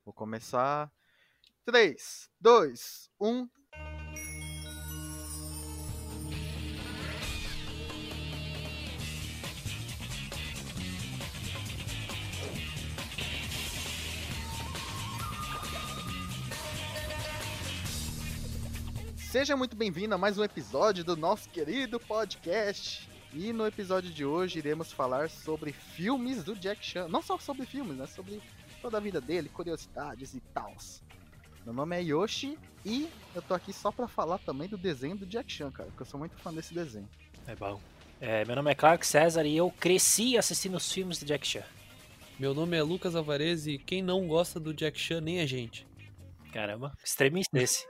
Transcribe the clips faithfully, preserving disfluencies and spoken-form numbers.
Vou começar. três, dois, um. Seja muito bem-vindo a mais um episódio do nosso querido podcast. E no episódio de hoje iremos falar sobre filmes do Jack Chan. Não só sobre filmes, né? Sobre toda a vida dele, curiosidades e tal. Meu nome é Yoshi e eu tô aqui só pra falar também do desenho do Jack Chan, cara, porque eu sou muito fã desse desenho. É bom. É, meu nome é Clark César e eu cresci assistindo os filmes do Jack Chan. Meu nome é Lucas Alvarez e quem não gosta do Jack Chan nem a gente. Caramba, extremista esse.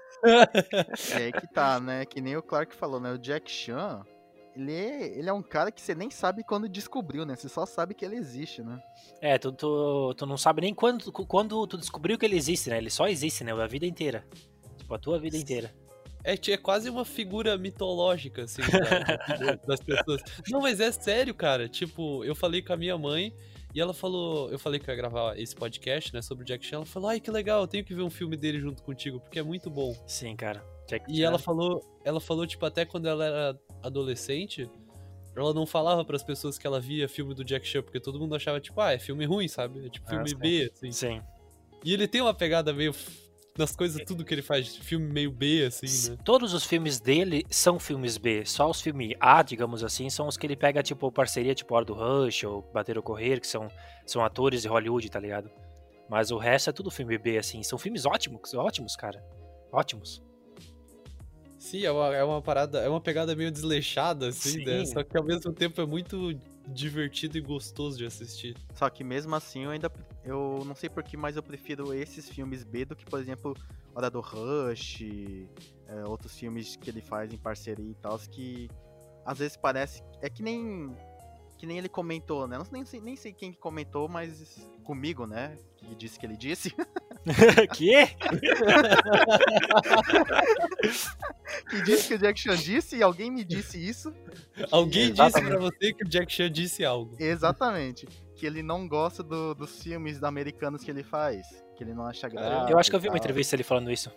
E aí que tá, né? Que nem o Clark falou, né? O Jack Chan, ele é, ele é um cara que você nem sabe quando descobriu, né? Você só sabe que ele existe, né? É, tu, tu, tu não sabe nem quando, quando tu descobriu que ele existe, né? Ele só existe, né? A vida inteira. Tipo, a tua vida inteira. É, é quase uma figura mitológica, assim, da, das pessoas. Não, mas é sério, cara. Tipo, eu falei com a minha mãe e ela falou... Eu falei que eu ia gravar esse podcast, né, sobre o Jack Chan. Ela falou, ai, que legal, eu tenho que ver um filme dele junto contigo, porque é muito bom. Sim, cara. Jack E Chan. ela falou, ela falou, tipo, até quando ela era adolescente, ela não falava pras pessoas que ela via filme do Jack Chan, porque todo mundo achava, tipo, ah, é filme ruim, sabe? É tipo Ah, filme sim. B, assim. Sim. E ele tem uma pegada meio... nas coisas, tudo que ele faz, filme meio B, assim, né? Todos os filmes dele são filmes B. Só os filmes A, digamos assim, são os que ele pega, tipo, parceria, tipo Hora do Rush ou Bater ou Correr, que são, são atores de Hollywood, tá ligado? Mas o resto é tudo filme B, assim. São filmes ótimos, ótimos, cara. Ótimos. Sim, é uma, é uma parada, é uma pegada meio desleixada, assim, Sim. né? Só que ao mesmo tempo é muito divertido e gostoso de assistir. Só que mesmo assim eu ainda. Eu não sei porquê, mas eu prefiro esses filmes B do que, por exemplo, Hora do Rush, é, outros filmes que ele faz em parceria e tal, que às vezes parece. É que nem. Que nem ele comentou, né? Não, nem, sei, nem sei quem que comentou, mas comigo, né? Que disse que ele disse. Que? Que disse que o Jack Chan disse e alguém me disse isso. Alguém Exatamente. disse pra você que o Jack Chan disse algo. Exatamente. Que ele não gosta do, dos filmes americanos que ele faz. Que ele não acha graça. Eu acho que eu vi e uma tal. entrevista dele falando isso.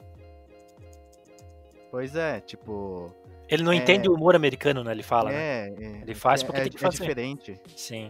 Pois é, tipo. Ele não É. entende o humor americano, né? Ele fala, né? é, é, Ele faz é, porque é, tem que é fazer. diferente. Sim.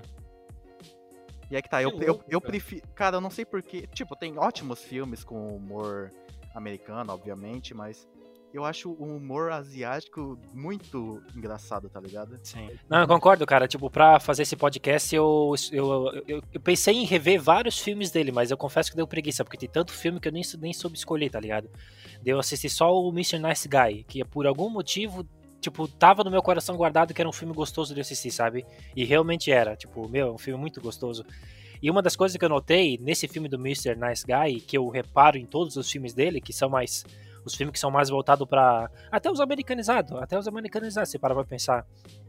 E é que tá, eu, Que eu, louco, eu cara. prefiro. Cara, eu não sei porquê. Tipo, tem ótimos filmes com humor americano, obviamente, mas eu acho o humor asiático muito engraçado, tá ligado? Sim. Não, eu concordo, cara. Tipo, pra fazer esse podcast, eu, eu, eu, eu pensei em rever vários filmes dele, mas eu confesso que deu preguiça, porque tem tanto filme que eu nem, nem soube escolher, tá ligado? Daí eu assisti só o mister Nice Guy, que por algum motivo, tipo, tava no meu coração guardado que era um filme gostoso de assistir, sabe? E realmente era. Tipo, meu, é um filme muito gostoso. E uma das coisas que eu notei nesse filme do mister Nice Guy, que eu reparo em todos os filmes dele, que são mais... Os filmes que são mais voltados pra... Até os americanizados, até os americanizados, você para pra pensar.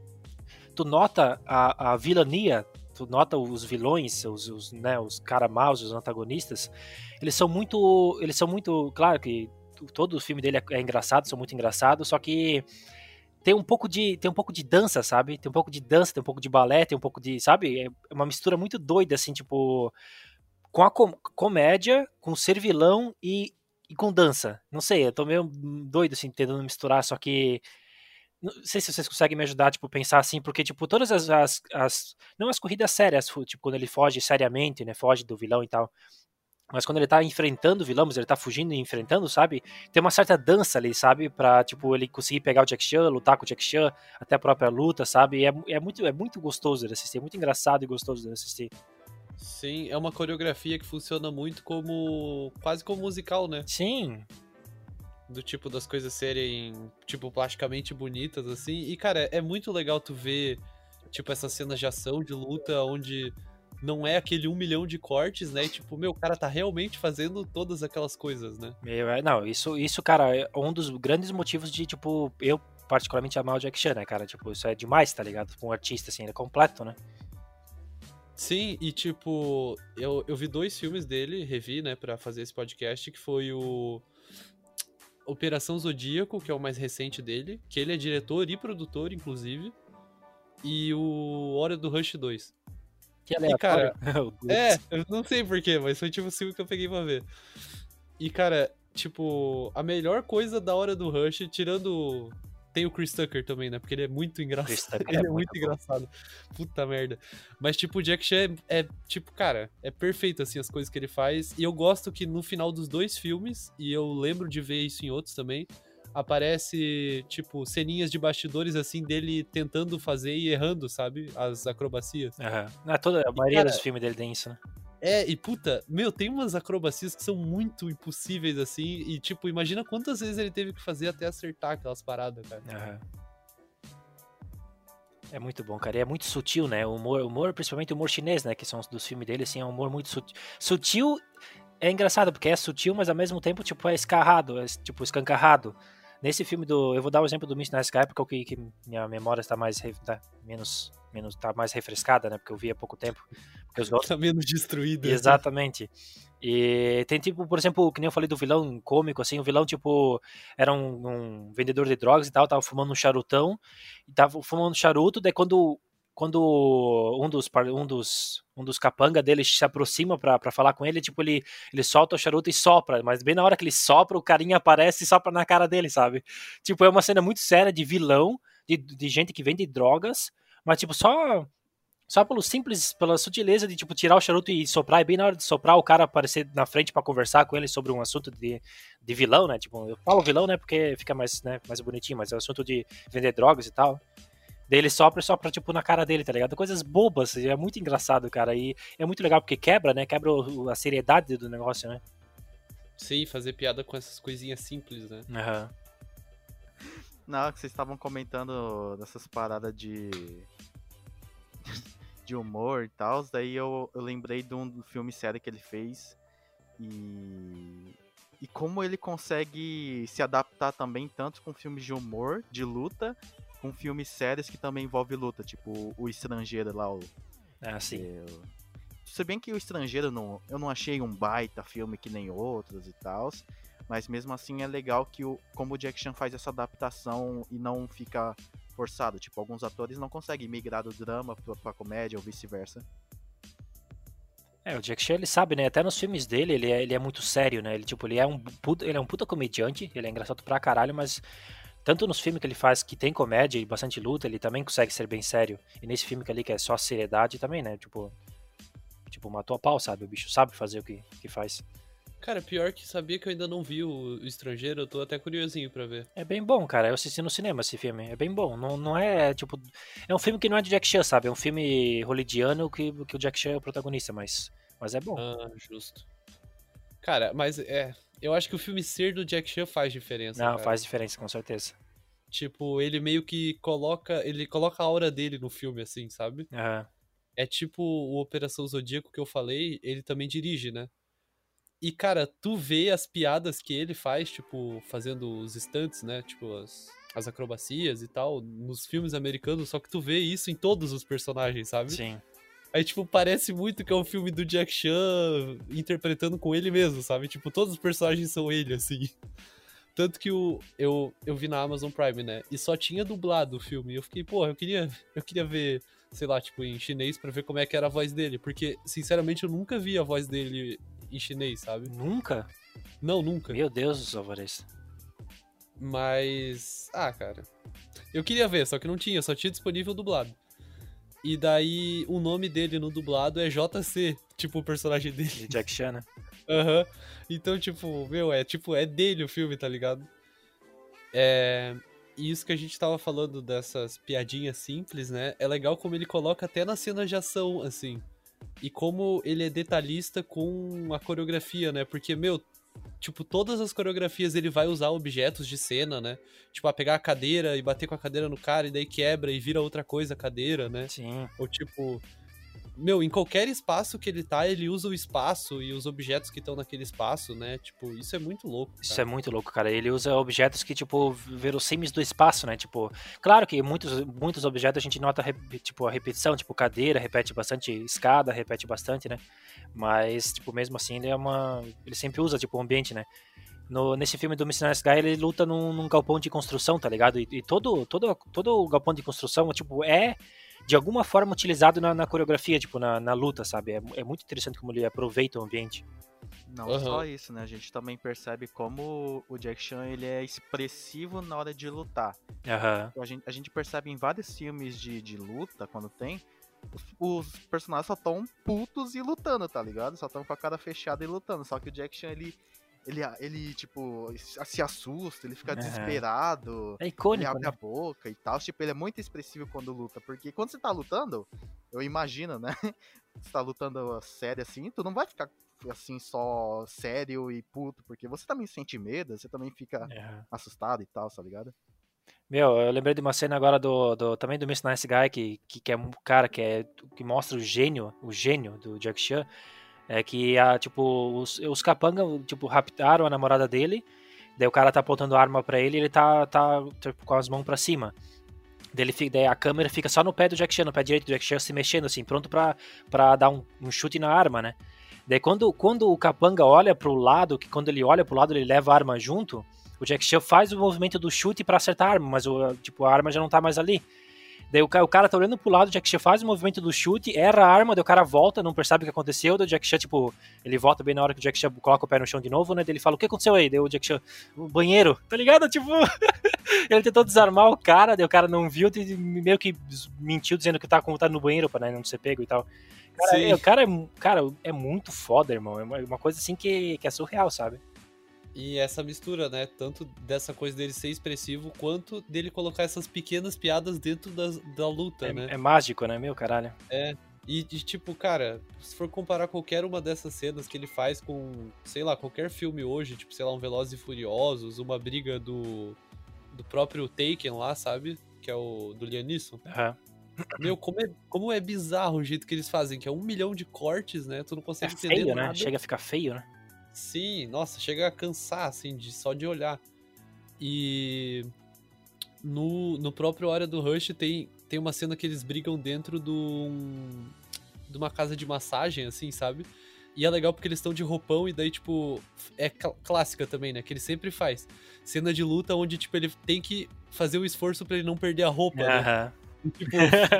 Tu nota a, a vilania, tu nota os vilões, os, os, né, os caras maus, os antagonistas, eles são muito... Eles são muito... Claro que todo o filme dele é, é engraçado, são muito engraçados, só que tem um pouco de tem um pouco de dança, sabe? Tem um pouco de dança, tem um pouco de balé, tem um pouco de, sabe? É uma mistura muito doida, assim, tipo, com a com- comédia, com ser vilão e, e com dança. Não sei, eu tô meio doido, assim, tentando misturar, só que não sei se vocês conseguem me ajudar, tipo, pensar assim, porque, tipo, todas as, as, as não as corridas sérias, tipo, quando ele foge seriamente, né, foge do vilão e tal, mas quando ele tá enfrentando vilões, ele tá fugindo e enfrentando, sabe? Tem uma certa dança ali, sabe? Pra, tipo, ele conseguir pegar o Jack Chan, lutar com o Jack Chan, até a própria luta, sabe? E é, é, muito, é muito gostoso de assistir, é muito engraçado e gostoso de assistir. Sim, é uma coreografia que funciona muito como... quase como musical, né? Sim, Do tipo das coisas serem, tipo, plasticamente bonitas, assim. E, cara, é muito legal tu ver, tipo, essas cenas de ação, de luta, onde não é aquele um milhão de cortes, né? E, tipo, meu, o cara tá realmente fazendo todas aquelas coisas, né? meu, é, não, isso, isso, cara, é um dos grandes motivos de, tipo, eu particularmente amar o Jack Chan, né, cara? Tipo, isso é demais, tá ligado? Com um artista, assim, ele é completo, né? Sim, e, tipo, eu, eu vi dois filmes dele, revi, né, pra fazer esse podcast, que foi o Operação Zodíaco, que é o mais recente dele, que ele é diretor e produtor, inclusive, e o Hora do Rush dois. Que E, cara, aleatório. O é, Blitz. eu não sei porquê, mas foi tipo o filme que eu peguei pra ver. E, cara, tipo, a melhor coisa da hora do Rush, tirando. Tem o Chris Tucker também, né? Porque ele é muito Chris engraçado. Tucker Ele é é muito muito bom. engraçado. Puta merda. Mas, tipo, o Jack Chan é, é, tipo, cara, é perfeito, assim, as coisas que ele faz. E eu gosto que no final dos dois filmes, e eu lembro de ver isso em outros também, aparece, tipo, ceninhas de bastidores, assim, dele tentando fazer e errando, sabe? As acrobacias. Aham. Não, toda, a maioria cara, dos filmes dele tem isso, né? É, e puta, meu, tem umas acrobacias que são muito impossíveis, assim, e tipo, imagina quantas vezes ele teve que fazer até acertar aquelas paradas, cara. Aham. É muito bom, cara. E é muito sutil, né? O humor, humor, principalmente o humor chinês, né? Que são os dos filmes dele, assim, é um humor muito sutil. Sutil é engraçado, porque é sutil, mas ao mesmo tempo, tipo, é escarrado, é, tipo, escancarrado. Nesse filme do... Eu vou dar o exemplo do Mission Sky, porque é o que, que minha memória está mais... re- Tá menos, menos... Tá mais refrescada, né? Porque eu vi há pouco tempo. Porque os gosto Tá menos destruída. Exatamente. E tem tipo, por exemplo, que nem eu falei do vilão cômico, assim, o vilão, tipo, era um, um vendedor de drogas e tal, tava fumando um charutão, e tava fumando charuto, daí quando, quando um dos, par- um dos, um dos capanga dele se aproxima pra, pra falar com ele, tipo, ele, ele solta o charuto e sopra, mas bem na hora que ele sopra, o carinha aparece e sopra na cara dele, sabe? Tipo, é uma cena muito séria de vilão, de, de gente que vende drogas, mas, tipo, só... Só pelo simples, pela sutileza de, tipo, tirar o charuto e soprar, e bem na hora de soprar, o cara aparecer na frente pra conversar com ele sobre um assunto de, de vilão, né? Tipo, eu falo vilão, né? Porque fica mais, né, mais bonitinho, mas é um assunto de vender drogas e tal. Daí ele sopra e sopra, tipo, na cara dele, tá ligado? Coisas bobas, é muito engraçado, cara. E é muito legal porque quebra, né? Quebra o- a seriedade do negócio, né? Sim, fazer piada com essas coisinhas simples, né? Aham. Na hora que vocês estavam comentando dessas paradas de. de humor e tal, daí eu, eu lembrei de um filme série que ele fez e. E como ele consegue se adaptar também tanto com filmes de humor, de luta, com filmes sérios que também envolvem luta, tipo O Estrangeiro lá, o. Ah, sim. é, o- Se bem que O Estrangeiro não, eu não achei um baita filme que nem outros e tal, mas mesmo assim é legal que o, como o Jack Chan faz essa adaptação e não fica forçado. Tipo, alguns atores não conseguem migrar do drama pra, pra comédia ou vice-versa. É, o Jack Chan, ele sabe, né? Até nos filmes dele, ele é, ele é muito sério, né? Ele, tipo, ele é um puta, ele é um puta comediante, ele é engraçado pra caralho, mas tanto nos filmes que ele faz que tem comédia e bastante luta, ele também consegue ser bem sério. E nesse filme que ali que é só seriedade também, né? Tipo, tipo, matou a pau, sabe? O bicho sabe fazer o que, que faz. Cara, pior que sabia que eu ainda não vi o, o Estrangeiro, eu tô até curiosinho pra ver. É bem bom, cara. Eu assisti no cinema esse filme. É bem bom. Não, não é, tipo... É um filme que não é de Jack Chan, sabe? É um filme hollywoodiano que, que o Jack Chan é o protagonista, mas, mas é bom. Ah, justo. Cara, mas é. Eu acho que o filme ser do Jack Chan faz diferença. Não, cara. faz diferença, com certeza. Tipo, ele meio que coloca. Ele coloca a aura dele no filme, assim, sabe? Aham. É tipo o Operação Zodíaco que eu falei, ele também dirige, né? E, cara, tu vê as piadas que ele faz, tipo, fazendo os stunts, né? Tipo, as, as acrobacias e tal, nos filmes americanos, só que tu vê isso em todos os personagens, sabe? Sim. Aí, tipo, parece muito que é um filme do Jack Chan interpretando com ele mesmo, sabe? Tipo, todos os personagens são ele, assim. Tanto que o, eu, eu vi na Amazon Prime, né? E só tinha dublado o filme. E eu fiquei, porra, eu queria, eu queria ver, sei lá, tipo, em chinês pra ver como é que era a voz dele. Porque, sinceramente, eu nunca vi a voz dele em chinês, sabe? Nunca? Não, nunca. Meu Deus, Alvarez. Mas. Ah, cara. Eu queria ver, só que não tinha, só tinha disponível dublado. E daí o nome dele no dublado é J C, tipo o personagem dele. De Jack Chan, né? Aham. Então, tipo, meu, é tipo, é dele o filme, tá ligado? É. E isso que a gente tava falando dessas piadinhas simples, né? É legal como ele coloca até nas cenas de ação, assim. E como ele é detalhista com a coreografia, né? Porque, meu, tipo, todas as coreografias ele vai usar objetos de cena, né? Tipo, a pegar a cadeira e bater com a cadeira no cara e daí quebra e vira outra coisa a cadeira, né? Sim. Ou tipo, meu, em qualquer espaço que ele tá, ele usa o espaço e os objetos que estão naquele espaço, né? Tipo, isso é muito louco. Isso cara. é muito louco, cara. Ele usa objetos que, tipo, verossímeis do espaço, né? Tipo, claro que muitos, muitos objetos a gente nota, rep- tipo, a repetição, tipo, cadeira repete bastante, escada repete bastante, né? Mas, tipo, mesmo assim, ele é uma... Ele sempre usa, tipo, o ambiente, né? No, nesse filme do Missionário Guy, ele luta num, num galpão de construção, tá ligado? E, e todo, todo, todo o galpão de construção, tipo, é... de alguma forma utilizado na, na coreografia, tipo, na, na luta, sabe? É, é muito interessante como ele aproveita o ambiente. Não Aham. só isso, né? A gente também percebe como o Jack Chan ele é expressivo na hora de lutar. Aham. A gente, a gente percebe em vários filmes de, de luta, quando tem, os, os personagens só tão putos e lutando, tá ligado? Só tão com a cara fechada e lutando. Só que o Jack Chan, ele, ele, ele tipo, se assusta, ele fica Aham. desesperado, É ele icônico, abre né? a boca e tal. Tipo, ele é muito expressivo quando luta. Porque quando você tá lutando, eu imagino, né? Você tá lutando sério assim, tu não vai ficar assim só sério e puto, porque você também sente medo, você também fica Aham. assustado e tal, tá ligado? Meu, eu lembrei de uma cena agora do, do também do mister Nice Guy, que, que, que é um cara que, é, que mostra o gênio, o gênio do Jack Chan. É que, a, tipo, os, os capanga, tipo, raptaram a namorada dele, daí o cara tá apontando a arma pra ele e ele tá, tá tipo, com as mãos pra cima. Daí, ele fica, daí a câmera fica só no pé do Jack Chan, no pé direito do Jack Chan, se mexendo assim, pronto pra, pra dar um, um chute na arma, né? Daí quando, quando o capanga olha pro lado, que quando ele olha pro lado ele leva a arma junto, o Jack Chan faz o movimento do chute pra acertar a arma, mas o, tipo, a arma já não tá mais ali. Daí o, o cara tá olhando pro lado, o Jack Chan faz o movimento do chute, erra a arma, daí o cara volta, não percebe o que aconteceu, daí o Jack Chan, tipo, ele volta bem na hora que o Jack Chan coloca o pé no chão de novo, né? Daí ele fala, o que aconteceu aí? Daí o Jack Chan, o banheiro, tá ligado? Tipo, ele tentou desarmar o cara, daí o cara não viu, meio que mentiu dizendo que tá com vontade no banheiro pra, né, não ser pego e tal. Cara, é, o cara é, cara, é muito foda, irmão. É uma, uma coisa assim que, que é surreal, sabe? E essa mistura, né? Tanto dessa coisa dele ser expressivo, quanto dele colocar essas pequenas piadas dentro das, da luta, É, né? é mágico, né? Meu caralho. É. E, e, tipo, cara, se for comparar qualquer uma dessas cenas que ele faz com, sei lá, qualquer filme hoje, tipo, sei lá, um Velozes e Furiosos, uma briga do, do próprio Taken lá, sabe? Que é o do Liam Neeson. Uhum. Meu, como é, como é bizarro o jeito que eles fazem, que é um milhão de cortes, né? Tu não É consegue entender feio, nada. né? Chega a ficar feio, né? Sim, nossa, chega a cansar, assim, de, só de olhar. E no, no próprio Hora do Rush tem, tem uma cena que eles brigam dentro de, um, de uma casa de massagem, assim, sabe? E é legal porque eles estão de roupão e daí, tipo, é cl- clássica também, né? Que ele sempre faz. Cena de luta onde, tipo, ele tem que fazer o esforço pra ele não perder a roupa, né? Aham. Tipo,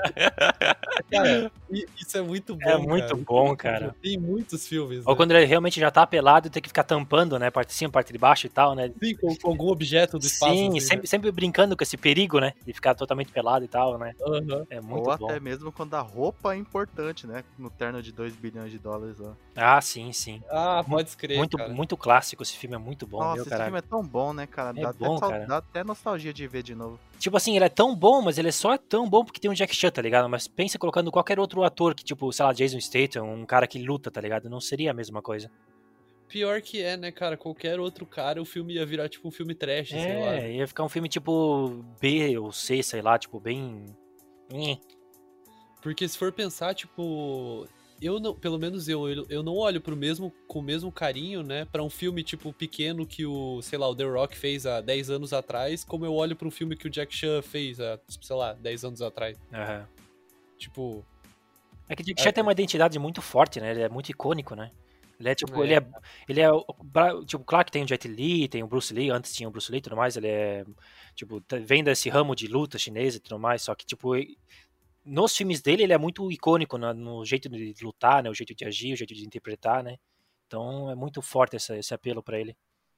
cara, i- isso é muito bom, É muito cara. bom, cara. Tem muitos filmes, Ou né? quando ele realmente já tá pelado e tem que ficar tampando, né? Parte de cima, parte de baixo e tal, né? Sim, com, com algum objeto do espaço. Sim, assim, sempre, sempre brincando com esse perigo, né? De ficar totalmente pelado e tal, né? né? Aham. É muito Ou bom. até mesmo quando a roupa é importante, né? No terno de dois bilhões de dólares lá. Ah, sim, sim. Ah, pode escrever, Muito, cara. muito clássico, esse filme é muito bom, Nossa, meu esse caralho. filme é tão bom, né, cara? É Dá, bom, até, sal- cara. dá até nostalgia de ver de novo. Tipo assim, ele é tão bom, mas ele só é tão bom porque tem um Jack Chan, tá ligado? Mas pensa colocando qualquer outro ator que, tipo, sei lá, Jason Statham, um cara que luta, tá ligado? Não seria a mesma coisa. Pior que é, né, cara? Qualquer outro cara, o filme ia virar tipo um filme trash, sei lá. É, ia ficar um filme tipo B ou C, sei lá, tipo, bem. Nhê. Porque se for pensar, tipo, eu não, pelo menos eu, eu, eu não olho pro mesmo, com o mesmo carinho, né, pra um filme, tipo, pequeno que o, sei lá, o The Rock fez há dez anos atrás, como eu olho pra um filme que o Jack Chan fez há, sei lá, dez anos atrás. Aham. Tipo, É que o Jack Chan É. tem uma identidade muito forte, né? Ele é muito icônico, né? Ele é tipo, É. ele é. Ele é. o- bra- Tipo, claro que tem o Jet Li, tem o Bruce Lee, antes tinha o Bruce Lee e tudo mais, ele é. Tipo, tá- vem desse ramo de luta chinesa e tudo mais, só que, tipo, e- nos filmes dele ele é muito icônico na- no jeito de lutar, né? O jeito de agir, o jeito de interpretar, né? Então é muito forte essa- esse apelo pra ele.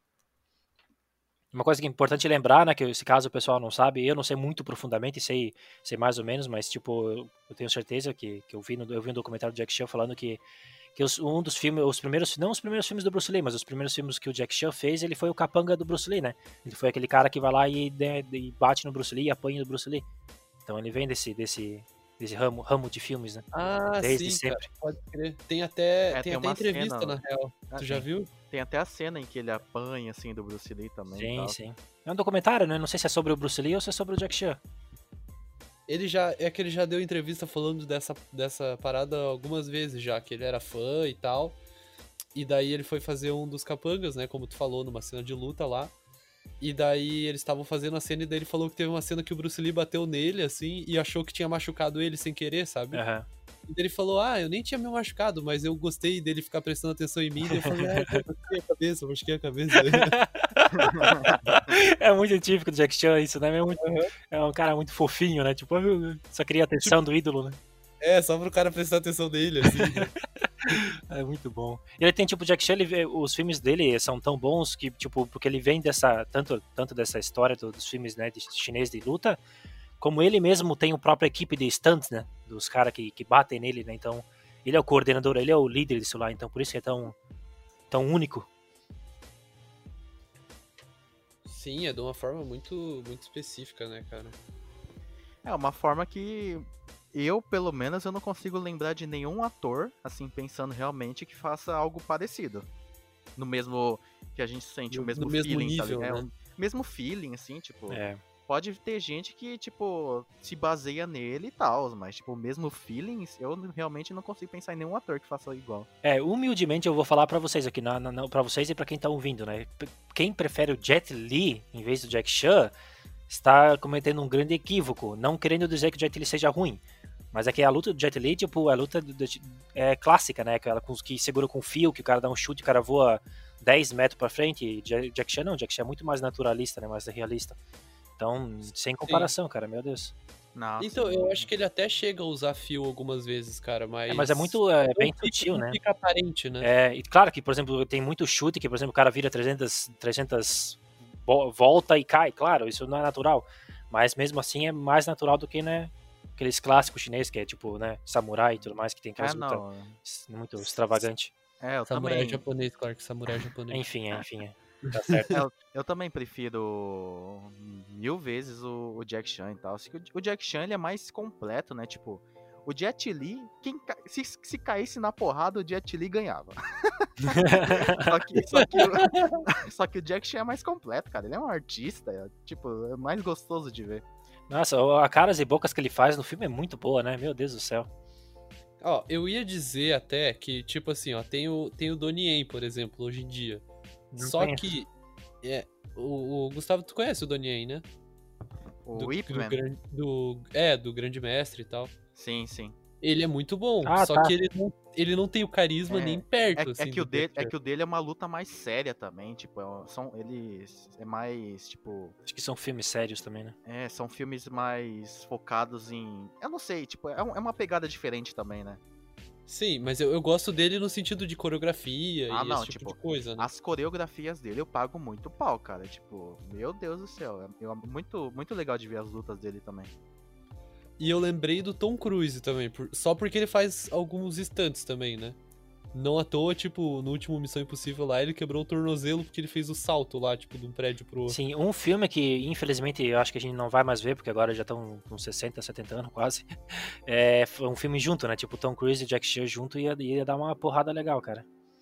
Uma coisa que é importante lembrar, né, que esse caso o pessoal não sabe, eu não sei muito profundamente, sei, sei mais ou menos, mas tipo, eu, eu tenho certeza que, que eu vi no, eu vi um documentário do Jack Chan falando que, que os- um dos filmes, os primeiros, não os primeiros filmes do Bruce Lee, mas os primeiros filmes que o Jack Chan fez, ele foi o capanga do Bruce Lee, né? Ele foi aquele cara que vai lá e, né, e bate no Bruce Lee e apanha no Bruce Lee. Então ele vem desse, desse, desse ramo, ramo de filmes, né? ah, Desde sim, sempre. cara, pode crer. Tem até, É, tem tem até uma entrevista, cena- na real. Ah, Tu já tem. viu? Tem até a cena em que ele apanha, assim, do Bruce Lee também. e Sim, tal. sim. É um documentário, né? Não sei se é sobre o Bruce Lee ou se é sobre o Jack Chan. Ele já, é que ele já deu entrevista falando dessa, dessa parada algumas vezes já, que ele era fã e tal. E daí ele foi fazer um dos capangas, né, como tu falou, numa cena de luta lá. E daí eles estavam fazendo a cena e daí ele falou que teve uma cena que o Bruce Lee bateu nele, assim, e achou que tinha machucado ele sem querer, sabe? Aham. E daí ele falou, ah, eu nem tinha me machucado, mas eu gostei dele ficar prestando atenção em mim. E daí eu falei, ah, eu machuquei a cabeça, eu machuquei a cabeça. É muito típico do Jack Chan isso, né? É, muito, uhum. é um cara muito fofinho, né? Tipo, só queria a atenção tipo, do ídolo, né? É, só pro cara prestar atenção nele, assim. Né? É muito bom. E ele tem, tipo, o Jack Chan, ele, os filmes dele são tão bons que, tipo, porque ele vem dessa, tanto, tanto dessa história do, dos filmes, né, de chinês de luta, como ele mesmo tem a própria equipe de stunts, né, dos caras que, que batem nele, né, então ele é o coordenador, ele é o líder disso lá, então por isso que é tão, tão único. Sim, é de uma forma muito, muito específica, né, cara? É uma forma que eu, pelo menos, eu não consigo lembrar de nenhum ator, assim, pensando realmente que faça algo parecido. No mesmo que a gente sente, no, o mesmo no mesmo feeling, nível, tá ligado? né? É, o mesmo feeling, assim, tipo... É. Pode ter gente que, tipo, se baseia nele e tal, mas, tipo, o mesmo feeling, eu realmente não consigo pensar em nenhum ator que faça igual. É, humildemente eu vou falar pra vocês aqui, na, na, pra vocês e pra quem tá ouvindo, né? Quem prefere o Jet Li em vez do Jack Chan está cometendo um grande equívoco, não querendo dizer que o Jet Li seja ruim. Mas é que a luta do Jet Li, tipo, a luta do, do, é clássica, né? Aquela com, que segura com fio, que o cara dá um chute, o cara voa dez metros pra frente. E Jack Chan não, Jack Chan é muito mais naturalista, né? Mais realista. Então, sem comparação, sim, cara, meu Deus. Nossa, então, eu acho que ele até chega a usar fio algumas vezes, cara, mas... É, mas é muito, é, bem sutil, né? Fica aparente, né? É, e claro que, por exemplo, tem muito chute que, por exemplo, o cara vira trezentas, trezentas volta e cai, claro, isso não é natural. Mas mesmo assim é mais natural do que, né, aqueles clássicos chineses que é tipo, né, samurai e tudo mais, que tem aquelas é, lutas muito extravagante. É, eu samurai também... japonês, claro que samurai japonês. Enfim, é, enfim, é. Tá certo. É, eu, eu também prefiro mil vezes o, o Jack Chan e tal. O Jack Chan, ele é mais completo, né? Tipo, o Jet Li, quem, se, se caísse na porrada, o Jet Li ganhava. só, que, só, que o, só que o Jack Chan é mais completo, cara. Ele é um artista, é, tipo, é mais gostoso de ver. Nossa, a caras e bocas que ele faz no filme é muito boa, né? Meu Deus do céu. Ó, eu ia dizer até que, tipo assim, ó, tem o, tem o Donnie Yen, por exemplo, hoje em dia. Não Só conheço. que é, o, o Gustavo, tu conhece o Donnie Yen, né? O do, Ip do, Man? do, do, é, do Grande Mestre e tal. Sim, sim. Ele é muito bom, ah, só tá. que ele não, ele não tem o carisma é, nem perto, é, assim. É que, o dele, é que o dele é uma luta mais séria também, tipo, é, são, eles é mais, tipo... Acho que são filmes sérios também, né? É, são filmes mais focados em... Eu não sei, tipo, é, um, é uma pegada diferente também, né? Sim, mas eu, eu gosto dele no sentido de coreografia ah, e não, esse tipo, tipo, de coisa, né? As coreografias dele eu pago muito pau, cara. Tipo, meu Deus do céu. É, é muito, muito legal de ver as lutas dele também. E eu lembrei do Tom Cruise também, por, só porque ele faz alguns stunts também, né? Não à toa, tipo, no último Missão Impossível lá, ele quebrou o tornozelo porque ele fez o salto lá, tipo, de um prédio pro outro. Sim, um filme que, infelizmente, eu acho que a gente não vai mais ver, porque agora já estão com sessenta, setenta anos quase. É um filme junto, né? Tipo, Tom Cruise e Jack Chan junto ia, ia dar uma porrada legal, cara.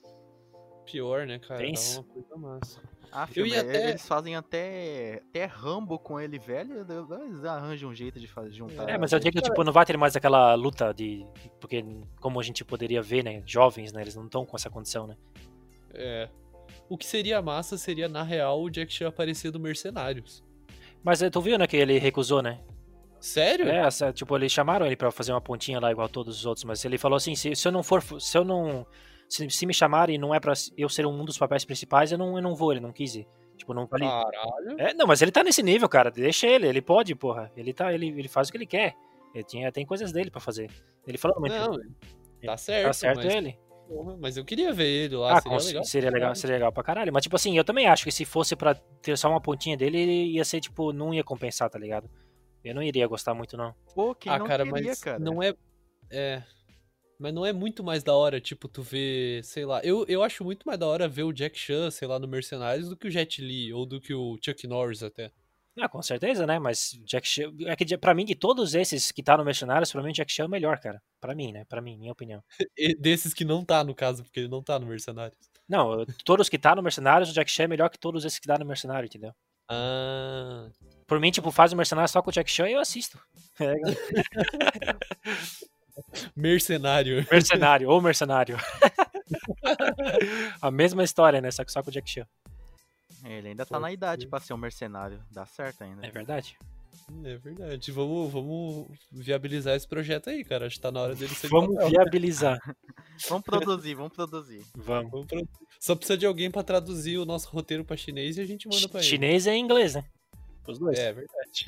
Pior, né, cara? Pense. Dá uma coisa massa. Ah, filme, eu ia até... Eles fazem até, até Rambo com ele, velho. Eles arranjam um jeito de fazer, juntar. É, mas eu digo que, tipo, não vai ter mais aquela luta de... Porque, como a gente poderia ver, né? Jovens, né? Eles não estão com essa condição, né? É. O que seria massa seria, na real, o Jack Chan aparecer do Mercenários. Mas tu viu, né, que ele recusou, né? Sério? É, essa, tipo, eles chamaram ele pra fazer uma pontinha lá igual todos os outros, mas ele falou assim, se, se eu não for... Se eu não... Se, se me chamarem e não é pra eu ser um dos papéis principais, eu não, eu não vou, ele não quis ir. Tipo, não falei. Caralho. É, não, mas ele tá nesse nível, cara. Deixa ele, ele pode, porra. Ele tá, ele, ele faz o que ele quer. Ele tinha, tem coisas dele pra fazer. Ele falou, mas Não, tá certo. Tá certo mas... ele. Porra, mas eu queria ver ele lá, Ah, seria com, legal. Seria legal, seria legal pra caralho. Mas, tipo assim, eu também acho que se fosse pra ter só uma pontinha dele, ele ia ser, tipo, não ia compensar, tá ligado? Eu não iria gostar muito, não. Pô, quem ah, não cara, queria, mas cara? não é... É... Mas não é muito mais da hora, tipo, tu ver, sei lá... Eu, eu acho muito mais da hora ver o Jack Chan, sei lá, no Mercenários do que o Jet Li, ou do que o Chuck Norris até. Ah, com certeza, né? Mas Jack Chan... É que pra mim, de todos esses que tá no Mercenários, pra mim o Jack Chan é o melhor, cara. Pra mim, né? Pra mim, minha opinião. E desses que não tá, no caso, porque ele não tá no Mercenários. Não, todos que tá no Mercenários, o Jack Chan é melhor que todos esses que tá no Mercenário, entendeu? Ah... Por mim, tipo, faz o Mercenário só com o Jack Chan e eu assisto. É. Mercenário. Mercenário, ou Mercenário. A mesma história, né? Só que só com o Jack Chan. Ele ainda tá na idade pra ser um mercenário. Dá certo ainda. É verdade. É verdade. Vamos, vamos viabilizar esse projeto aí, cara. Acho que tá na hora dele ser de Vamos papel. viabilizar. Vamos produzir, vamos produzir. Vamos. Vamos pro- Só precisa de alguém pra traduzir o nosso roteiro pra chinês e a gente manda pra ele. Chinês e inglês, né? Os dois. É verdade.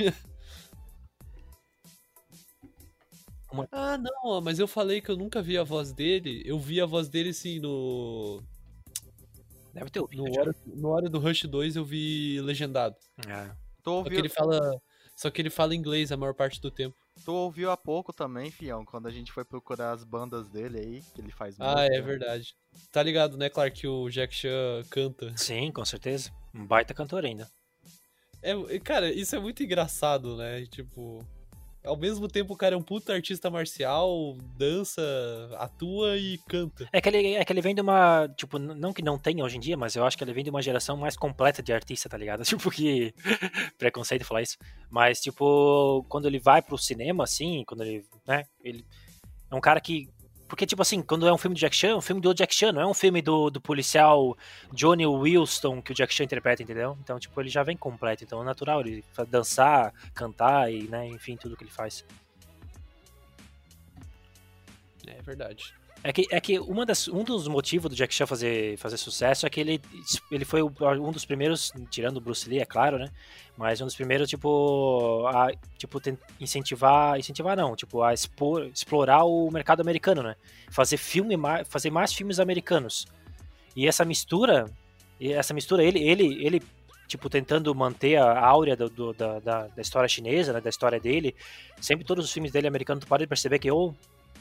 Uma- Ah, não, ó, mas eu falei que eu nunca vi a voz dele. Eu vi a voz dele, sim, no. Deve ter ouvido. No já. hora, no hora do Rush dois eu vi legendado. Ah, Tu Só que ouviu, ele fala. Só que ele fala inglês a maior parte do tempo. tu ouviu há pouco também, fião, quando a gente foi procurar as bandas dele aí, que ele faz Ah, música. é verdade. Tá ligado, né, Clark, que o Jack Chan canta. sim, com certeza. Um baita cantor ainda. É, cara, isso é muito engraçado, né? Tipo, ao mesmo tempo o cara é um puta artista marcial, dança, atua e canta. É que, ele, é que ele vem de uma. Tipo, n- não que não tenha hoje em dia, mas eu acho que ele vem de uma geração mais completa de artista, tá ligado? Tipo, que. Preconceito falar isso. Mas, tipo, quando ele vai pro cinema, assim, quando ele. Né? Ele é um cara que. Porque, tipo assim, quando é um filme do Jack Chan, é um filme do Jack Chan, não é um filme do, do policial Johnny Wilson que o Jack Chan interpreta, entendeu? Então, tipo, ele já vem completo, então é natural ele fa- dançar, cantar e, né, enfim, tudo que ele faz. É verdade. É que, é que uma das, um dos motivos do Jack Chan fazer, fazer sucesso é que ele, ele foi o- um dos primeiros, tirando o Bruce Lee, é claro, né? Mas um dos primeiros, tipo, a tipo, ten- incentivar, incentivar não, tipo, a expor, explorar o mercado americano, né? Fazer filme, ma- fazer mais filmes americanos. E essa mistura, e essa mistura, ele, ele, ele tipo, tentando manter a áurea do, do- da, da, da história chinesa, né? Da história dele. Sempre todos os filmes dele americanos, tu pode perceber que ou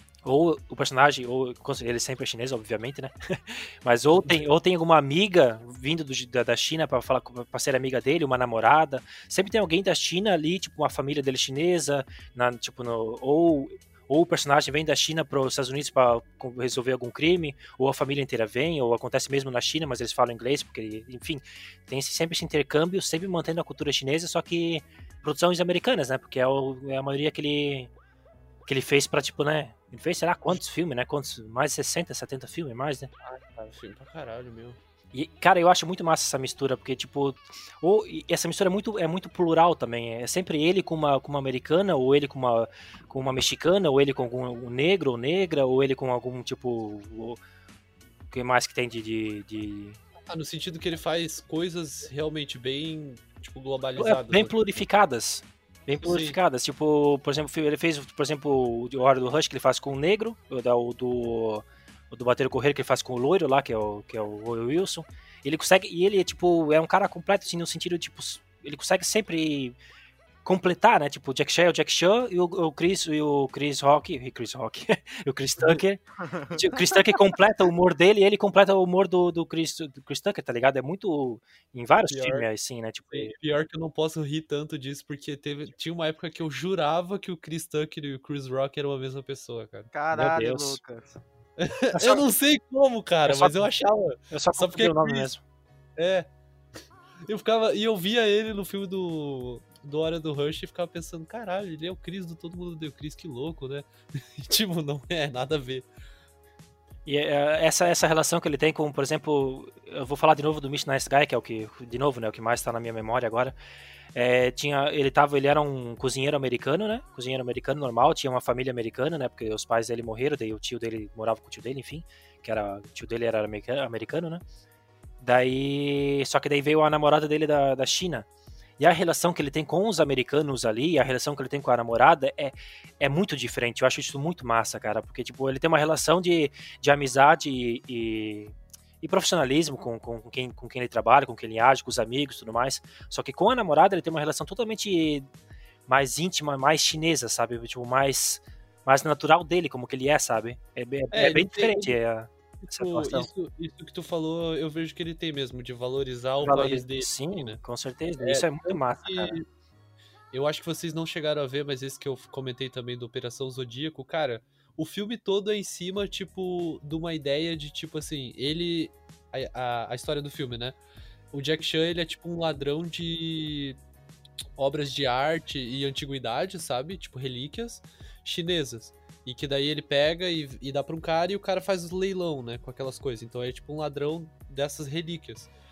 ou o personagem, ou ele sempre é chinês, obviamente, né? Mas ou tem, ou tem alguma amiga vindo do- da, da China para falar para ser amiga dele, uma namorada. Sempre tem alguém da China ali, tipo uma família dele chinesa, na, tipo no, ou ou o personagem vem da China para os Estados Unidos para resolver algum crime, ou a família inteira vem, ou acontece mesmo na China, mas eles falam inglês, porque, enfim, tem esse, sempre esse intercâmbio, sempre mantendo a cultura chinesa, só que produções americanas, né? Porque é, o, é a maioria que ele que ele fez pra, tipo, né? Ele fez, sei lá, quantos filmes, né? Quantos? Mais de sessenta, setenta filmes, mais, né? Cara, filme pra caralho, meu. E, cara, eu acho muito massa essa mistura, porque, tipo, ou, e essa mistura é muito, é muito plural também. É sempre ele com uma, com uma americana, ou ele com uma, com uma mexicana, ou ele com algum um negro ou negra, ou ele com algum, tipo. O que mais que tem de. de, de... Ah, no sentido que ele faz coisas realmente bem, tipo, É, globalizadas. bem né? plurificadas. Bem Sim. plurificadas. Tipo, por exemplo, ele fez, por exemplo, o Hora do Rush que ele faz com o negro, o da- o do, o do Bater e Correr que ele faz com o loiro lá, que é o, que é o Owen Wilson. Ele consegue, e ele, tipo, é um cara completo, assim, no sentido, tipo, ele consegue sempre completar, né? Tipo, o Jack Chan é o Jack Chan e o, o Chris e o Chris Rock, e Chris Rock, e o Chris Tucker. O Chris Tucker completa o humor dele e ele completa o humor do, do, Chris, do Chris Tucker, tá ligado? É muito em vários Pior. filmes assim, né? Tipo, E pior que eu não posso rir tanto disso, porque teve, tinha uma época que eu jurava que o Chris Tucker e o Chris Rock eram a mesma pessoa, cara. Caralho, Deus. Lucas. é só- Eu não sei como, cara, é só- mas eu achava. eu só só confundi porque o nome Chris- mesmo. É. Eu ficava. E eu via ele no filme do. Do Hora do Rush e ficava pensando, caralho, ele é o Chris do Todo Mundo Deu Chris, que louco, né? E, tipo, não é nada a ver. E é, essa, essa relação que ele tem com, por exemplo, eu vou falar de novo do Mission Nice Guy, que é o que, de novo, né, o que mais tá na minha memória agora. É, tinha, ele tava, ele era um cozinheiro americano, né, cozinheiro americano normal, tinha uma família americana, né, porque os pais dele morreram, daí o tio dele morava com o tio dele, enfim, que era, o tio dele era americano, americano, né. Daí, só que daí veio a namorada dele da, da China. E a relação que ele tem com os americanos ali, a relação que ele tem com a namorada é, é muito diferente. Eu acho isso muito massa, cara. Porque, tipo, ele tem uma relação de, de amizade e, e, e profissionalismo com, com, quem, com quem ele trabalha, com quem ele age, com os amigos e tudo mais. Só que com a namorada ele tem uma relação totalmente mais íntima, mais chinesa, sabe? Tipo, mais, mais natural dele, como que ele é, sabe? É, bem- é, É, ele bem tem- diferente é, essa Tipo, relação. isso, isso que tu falou, eu vejo que ele tem mesmo, de valorizar o Valoriza- país dele. Sim, né? com certeza. É, Isso é muito tanto massa, que cara. Eu acho que vocês não chegaram a ver, mas esse que eu comentei também do Operação Zodíaco, cara, o filme todo é em cima, tipo, de uma ideia de, tipo assim, ele... A, a, a história do filme, né? O Jack Chan, ele é tipo um ladrão de obras de arte e antiguidade, sabe? Tipo, relíquias chinesas. E que daí ele pega e, e dá pra um cara e o cara faz o leilão, né? Com aquelas coisas. Então é tipo um ladrão dessas relíquias.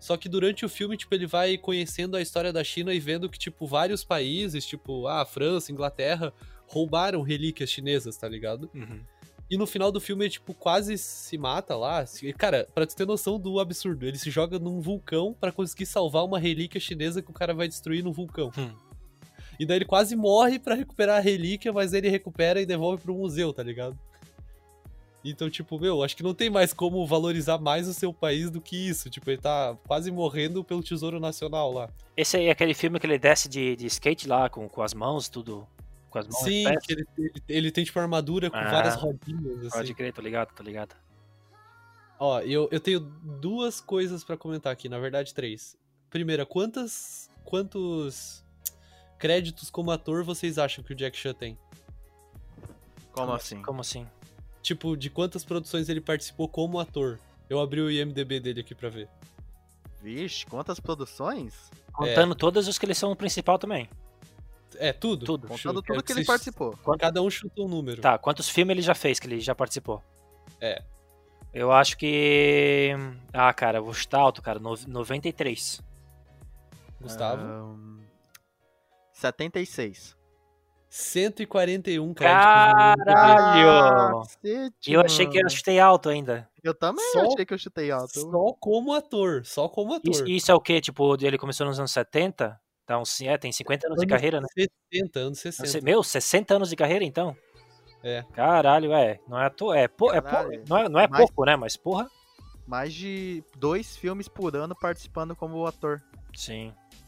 Só que durante o filme, tipo, ele vai conhecendo a história da China e vendo que, tipo, vários países, tipo, ah, França, Inglaterra, roubaram relíquias chinesas, tá ligado? Uhum. E no final do filme, ele, tipo, quase se mata lá. Cara, pra tu ter noção do absurdo, ele se joga num vulcão pra conseguir salvar uma relíquia chinesa que o cara vai destruir no vulcão. Hum. E daí ele quase morre pra recuperar a relíquia, mas ele recupera e devolve pro museu, tá ligado? Então, tipo, meu, acho que não tem mais como valorizar mais o seu país do que isso. Tipo, ele tá quase morrendo pelo Tesouro Nacional lá. Esse aí é aquele filme que ele desce de, de skate lá, com, com as mãos, tudo... Com as mãos Sim, que ele, ele, ele tem, tipo, armadura com ah, várias rodinhas, assim. Pode crer, tô ligado, tô ligado. Ó, eu, eu tenho duas coisas pra comentar aqui, na verdade, três. Primeira, quantas, quantos créditos como ator vocês acham que o Jack Chan tem? Como assim? Como assim? Tipo, de quantas produções ele participou como ator? Eu abri o I M D B dele aqui pra ver. Vixe, quantas produções? Contando é. todos os que eles são o principal também. É, tudo? Tudo. Contando tudo que ele participou. Cada um chutou um número. Tá, quantos filmes ele já fez, que ele já participou? É. Eu acho que... Ah, cara, eu vou chutar alto, cara. noventa e três. Gustavo? Um... setenta e seis. cento e quarenta e um créditos. Caralho! Cacete, eu achei que eu chutei alto ainda. Eu também só, achei que eu chutei alto. Só como ator, só como ator. Isso, isso é o quê? Tipo, ele começou nos anos setenta? Então, é, tem cinquenta anos, anos de carreira, né? sessenta, anos sessenta. Meu, sessenta anos de carreira, então? É. Caralho, é. Não é, to... é, po... Caralho, é, po... não é, não é mais... pouco, né? Mas porra. Mais de dois filmes por ano participando como ator. Sim.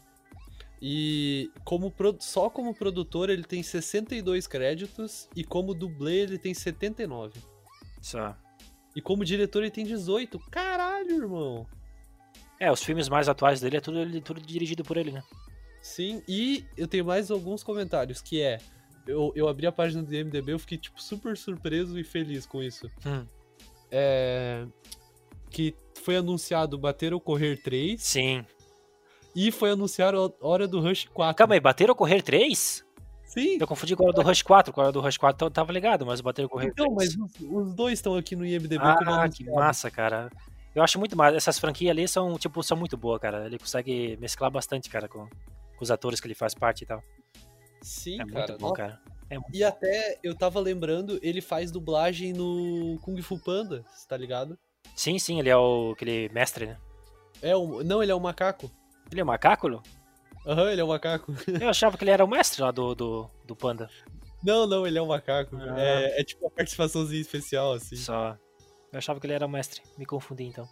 E como pro... só como produtor ele tem sessenta e dois créditos e como dublê ele tem setenta e nove. Só. E como diretor ele tem dezoito. Caralho, irmão. É, os filmes mais atuais dele é tudo, tudo dirigido por ele, né? Sim, e eu tenho mais alguns comentários, que é... Eu, eu abri a página do I M D B, eu fiquei, tipo, super surpreso e feliz com isso. Hum. É... Que foi anunciado Bater ou Correr três. Sim. E foi anunciado Hora do Rush quatro. Calma aí, Bater ou Correr três? Sim. Eu confundi com a Hora do Rush quatro. Com a Hora do Rush quatro eu tava ligado, mas o Bater ou Correr então, três... Então, mas os, os dois estão aqui no I M D B ah, como Ah, que massa, cara. Eu acho muito massa. Essas franquias ali são, tipo, são muito boas, cara. Ele consegue mesclar bastante, cara, com, com os atores que ele faz parte e tal. Sim, é cara. Muito bom, cara. É muito e bom. até, eu tava lembrando, ele faz dublagem no Kung Fu Panda, você tá ligado? Sim, sim, ele é o aquele mestre, né? É o, não, ele é o macaco. Ele é o macaco, Lu? Aham, uhum, ele é o macaco. Eu achava que ele era o mestre lá do, do, do Panda. Não, não, ele é o macaco. Ah. É, é tipo uma participaçãozinha especial, assim. Só. Eu achava que ele era o mestre. Me confundi, então.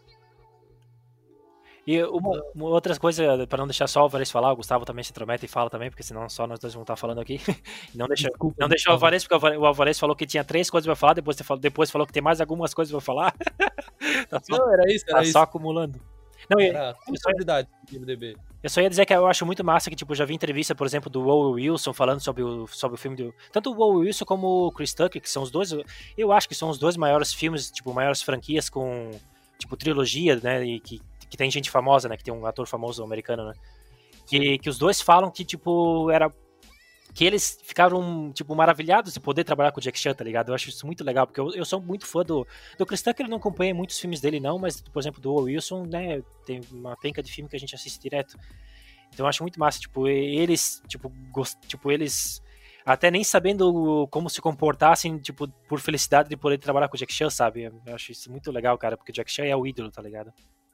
E uma, uma outra coisa, para não deixar só o Alvarez falar, o Gustavo também se intromete e fala também, porque senão só nós dois vamos estar falando aqui. não deixa, Desculpa, não deixa o Alvarez, porque o Alvarez falou que tinha três coisas pra falar, depois, falou, depois falou que tem mais algumas coisas pra falar. tá só, não, era isso, era tá isso. só acumulando. Não, era eu, só, do M D B. Eu só ia dizer que eu acho muito massa que, tipo, eu já vi entrevista, por exemplo, do Owen Wilson falando sobre o, sobre o filme do... Tanto o Owen Wilson como o Chris Tucker, que são os dois... Eu acho que são os dois maiores filmes, tipo, maiores franquias com, tipo, trilogia, né, e que que tem gente famosa, né, que tem um ator famoso americano, né, que, que os dois falam que, tipo, era, que eles ficaram, tipo, maravilhados de poder trabalhar com o Jack Chan, tá ligado? Eu acho isso muito legal, porque eu, eu sou muito fã do, do Chris Tucker, eu não acompanhei muitos filmes dele não, mas, por exemplo, do Owen Wilson, né, tem uma penca de filme que a gente assiste direto, então eu acho muito massa, tipo, eles, tipo, gost, tipo eles... até nem sabendo como se comportar, assim, tipo, por felicidade de poder trabalhar com o Jack Chan, sabe? Eu acho isso muito legal, cara, porque o Jack Chan é o ídolo, tá ligado?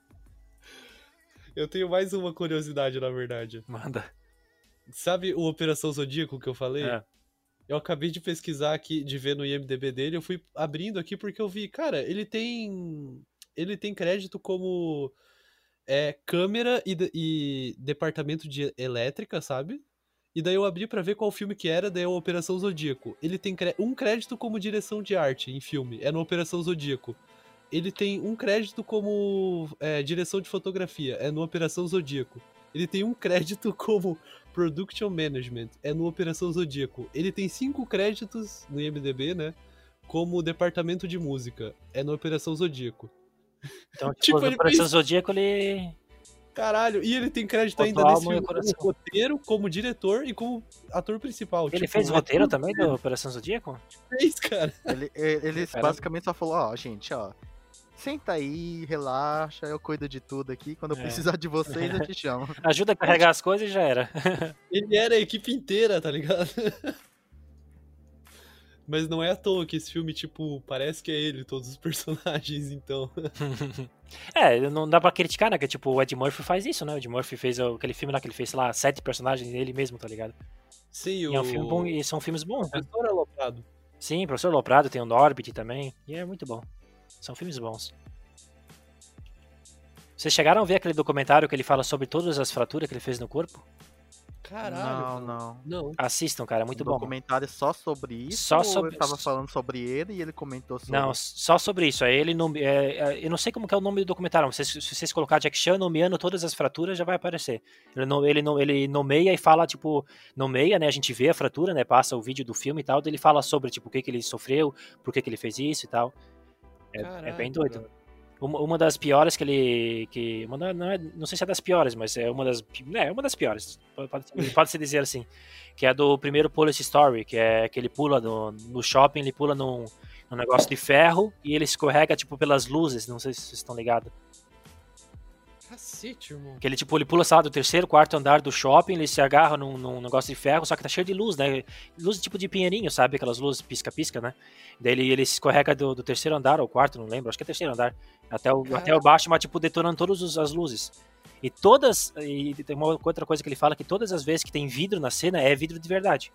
Eu tenho mais uma curiosidade, na verdade. Manda. Sabe o Operação Zodíaco que eu falei? É. Eu acabei de pesquisar aqui, de ver no I M D B dele, eu fui abrindo aqui porque eu vi, cara, ele tem ele tem crédito como é, câmera e, e departamento de elétrica, sabe? E daí eu abri pra ver qual filme que era, daí é o Operação Zodíaco. Ele tem um crédito como direção de arte em filme, é no Operação Zodíaco. Ele tem um crédito como é, direção de fotografia, é no Operação Zodíaco. Ele tem um crédito como Production Management, é no Operação Zodíaco. Ele tem cinco créditos no I M D B, né, como departamento de música, é no Operação Zodíaco. Então, tipo, tipo no Operação fez... Zodíaco ele... Caralho, e ele tem crédito ainda nesse filme como roteiro, como diretor e como ator principal. Ele tipo, fez roteiro também do Operação Zodíaco? Fez, cara. Ele, ele, ele basicamente só falou, ó, gente, ó, senta aí, relaxa, eu cuido de tudo aqui. Quando eu É. precisar de vocês, eu te chamo. Ajuda a carregar as coisas e já era. Ele era a equipe inteira, tá ligado? Mas não é à toa que esse filme, tipo, parece que é ele, todos os personagens, então. É, não dá pra criticar, né? Que tipo, o Ed Murphy faz isso, né? O Ed Murphy fez o- aquele filme lá que ele fez, sei lá, sete personagens dele mesmo, tá ligado? Sim, E o... é um filme bom, e são filmes bons, né? Professor Aloprado. Sim, Professor Loprado, tem o Norbit também, e é muito bom. São filmes bons. Vocês chegaram a ver aquele documentário que ele fala sobre todas as fraturas que ele fez no corpo? Caralho. Não, mano. não. Não. Assistam, cara, é muito um bom. documentário só sobre isso? Só ou sobre- eu tava falando sobre ele e ele comentou sobre... Não, só sobre isso. É ele nome- é- é- eu não sei como que é o nome do documentário, mas se, se vocês colocar Jack Chan nomeando todas as fraturas, já vai aparecer. Ele, no- ele, no- ele nomeia e fala, tipo, nomeia, né? A gente vê a fratura, né? Passa o vídeo do filme e tal, daí ele fala sobre, tipo, o que, que ele sofreu, por que, que ele fez isso e tal. É, é Caralho, bem doido. brother. Uma, uma das piores que ele. Que, uma da- não, é- não sei se é das piores, mas é uma das. É, uma das piores. Pode, pode, pode se dizer assim. Que é do primeiro Police Story, que é que ele pula no, no shopping, ele pula num, num negócio de ferro e ele escorrega, tipo, pelas luzes. Não sei se vocês estão ligados. Cacete, irmão. Que ele, tipo, ele pula, sei lá, do terceiro, quarto andar do shopping, ele se agarra num, num negócio de ferro, só que tá cheio de luz, né? Luz tipo de pinheirinho, sabe? Aquelas luzes pisca-pisca, né? Daí ele, ele se escorrega do, do terceiro andar, ou quarto, não lembro, acho que é terceiro andar, até o, até o baixo, mas, tipo, detonando todas os- as luzes. E todas, e tem uma outra coisa que ele fala, que todas as vezes que tem vidro na cena, é vidro de verdade.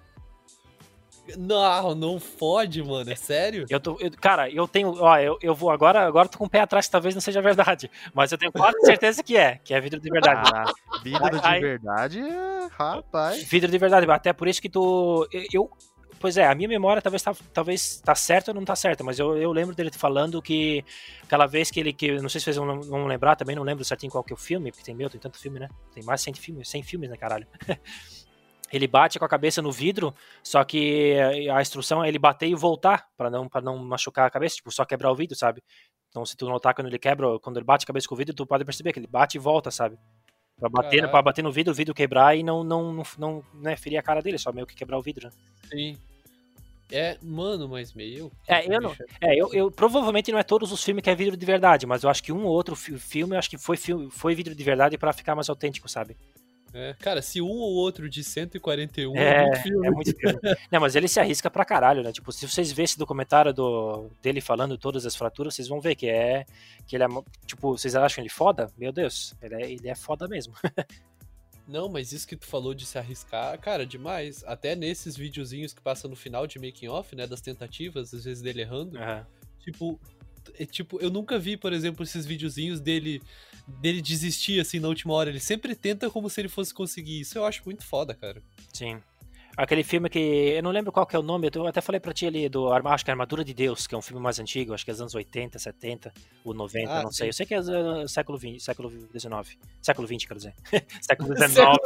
Não, não fode, mano. É sério? Eu tô, eu- cara, eu tenho, ó, eu, eu vou agora, agora eu tô com o pé atrás que talvez não seja verdade, mas eu tenho quase certeza que é, que é vidro de verdade. Ah, vidro Ai. de verdade, é, rapaz. Vidro de verdade, até por isso que tu. Eu. Pois é, a minha memória talvez tá, talvez tá certa ou não tá certa, mas eu, eu lembro dele falando que aquela vez que ele. Que, não sei se vocês vão, vão lembrar, também não lembro certinho qual que é o filme, porque tem meu, tem tanto filme, né? Tem mais de cem filmes, cem filmes, né, caralho? Ele bate com a cabeça no vidro, só que a instrução é ele bater e voltar, pra não, pra não machucar a cabeça, tipo, só quebrar o vidro, sabe? Então, se tu notar quando ele quebra, quando ele bate a cabeça com o vidro, tu pode perceber que ele bate e volta, sabe? Pra bater, Caralho. pra bater no vidro, o vidro quebrar e não, não, não, não né, ferir a cara dele, só meio que quebrar o vidro. Né? Sim. É, mano, mas meio. É, eu não. É, eu, eu provavelmente não é todos os filmes que é vidro de verdade, mas eu acho que um ou outro fi- filme, eu acho que foi, filme, foi vidro de verdade pra ficar mais autêntico, sabe? É, cara, se um ou outro de cento e quarenta e um É, é muito filme. é muito filme. Não, mas ele se arrisca pra caralho, né? Tipo, se vocês verem esse documentário do, dele falando todas as fraturas, vocês vão ver que é. Que ele é. mo- Tipo, vocês acham ele foda? Meu Deus, ele é, ele é foda mesmo. Não, mas isso que tu falou de se arriscar, cara, demais. Até nesses videozinhos que passa no final de making off, né, das tentativas, às vezes dele errando. Aham. Tipo, é, tipo, eu nunca vi, por exemplo, esses videozinhos dele dele desistir assim na última hora. Ele sempre tenta como se ele fosse conseguir. Isso eu acho muito foda, cara. Sim. Aquele filme que. Eu não lembro qual que é o nome, eu até falei pra ti ali, do Arma- acho que é Armadura de Deus, que é um filme mais antigo, acho que é dos anos oitenta, setenta, ou noventa, Ah, não sei. sim. Eu sei que é uh, século vinte, século dezenove. Século vinte, quero dizer. século dezenove.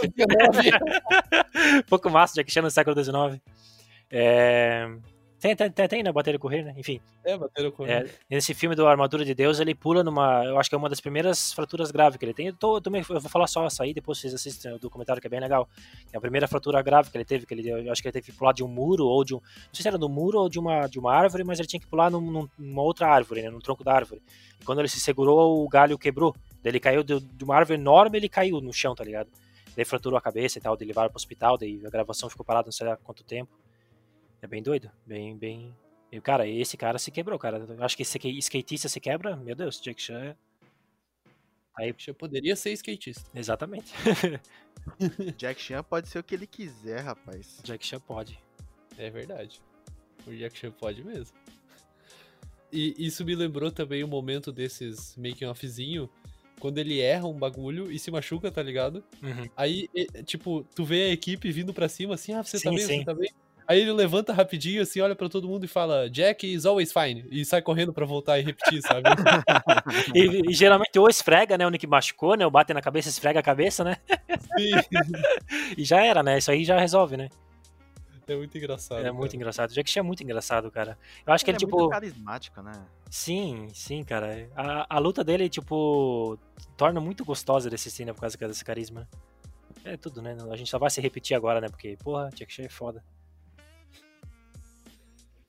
Pouco massa, Jack Chan no século dezenove. É... Tem, tem, tem, tem, né? Bater e correr, né? Enfim. É, bateram com É, nesse filme do Armadura de Deus, ele pula numa. Eu acho que é uma das primeiras fraturas graves que ele tem. Eu, tô, eu, também, eu vou falar só essa aí, depois vocês assistem o documentário que é bem legal. É a primeira fratura grave que ele teve, que ele, eu acho que ele teve que pular de um muro ou de um. Não sei se era do muro ou de uma, de uma árvore, mas ele tinha que pular num, num- numa outra árvore, né? Num tronco da árvore. E quando ele se segurou, o galho quebrou. Daí ele caiu de, de uma árvore enorme, ele caiu no chão, tá ligado? Daí fraturou a cabeça e tal, daí levaram pro hospital, daí a gravação ficou parada não sei lá quanto tempo. É bem doido, bem, bem. E, cara, esse cara se quebrou, cara. Eu acho que esse skatista se quebra, meu Deus, Jack Chan. é- Aí, Eu poderia ser skatista. exatamente. Jack Chan pode ser o que ele quiser, rapaz. Jack Chan pode. É verdade. O Jack Chan pode mesmo. E isso me lembrou também um momento desses making offzinho, quando ele erra um bagulho e se machuca, tá ligado? Uhum. Aí, e- tipo, tu vê a equipe vindo pra cima assim, ah, você tá Sim, bem, sim. você tá bem? Aí ele levanta rapidinho, assim, olha pra todo mundo e fala, Jack is always fine. E sai correndo pra voltar e repetir, sabe? E, e geralmente ou esfrega, né? O que machucou, né? Ou bate na cabeça, esfrega a cabeça, né? Sim. E já era, né? Isso aí já resolve, né? É muito engraçado. É muito cara. engraçado. Jack Chan é muito engraçado, cara. Eu acho que Ele ele, é tipo. muito carismático, né? Sim, sim, cara. A, a luta dele, tipo, torna muito gostosa de assistir, né? Por causa desse carisma. É tudo, né? A gente só vai se repetir agora, né? Porque, porra, Jack Chan é foda.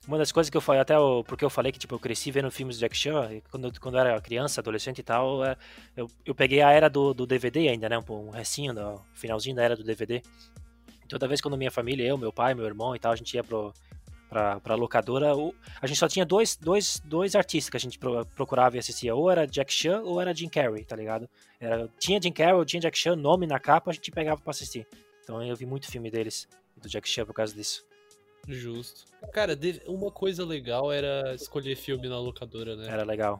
Uma das coisas que eu falei, até o, porque eu falei que tipo, eu cresci vendo filmes do Jack Chan, e quando, eu- quando eu era criança, adolescente e tal, é, eu, eu peguei a era do, do D V D ainda, né? Um, um restinho, do finalzinho da era do D V D. Toda vez quando minha família, eu, meu pai, meu irmão e tal, a gente ia pro, pra, pra locadora, o- a gente só tinha dois, dois, dois artistas que a gente pro- procurava e assistia. Ou era Jack Chan ou era Jim Carrey, tá ligado? Era, tinha Jim Carrey, tinha Jack Chan, nome na capa, a gente pegava pra assistir. Então eu vi muito filme deles, do Jack Chan por causa disso. Justo. Cara, de- uma coisa legal era escolher filme na locadora, né? Era legal.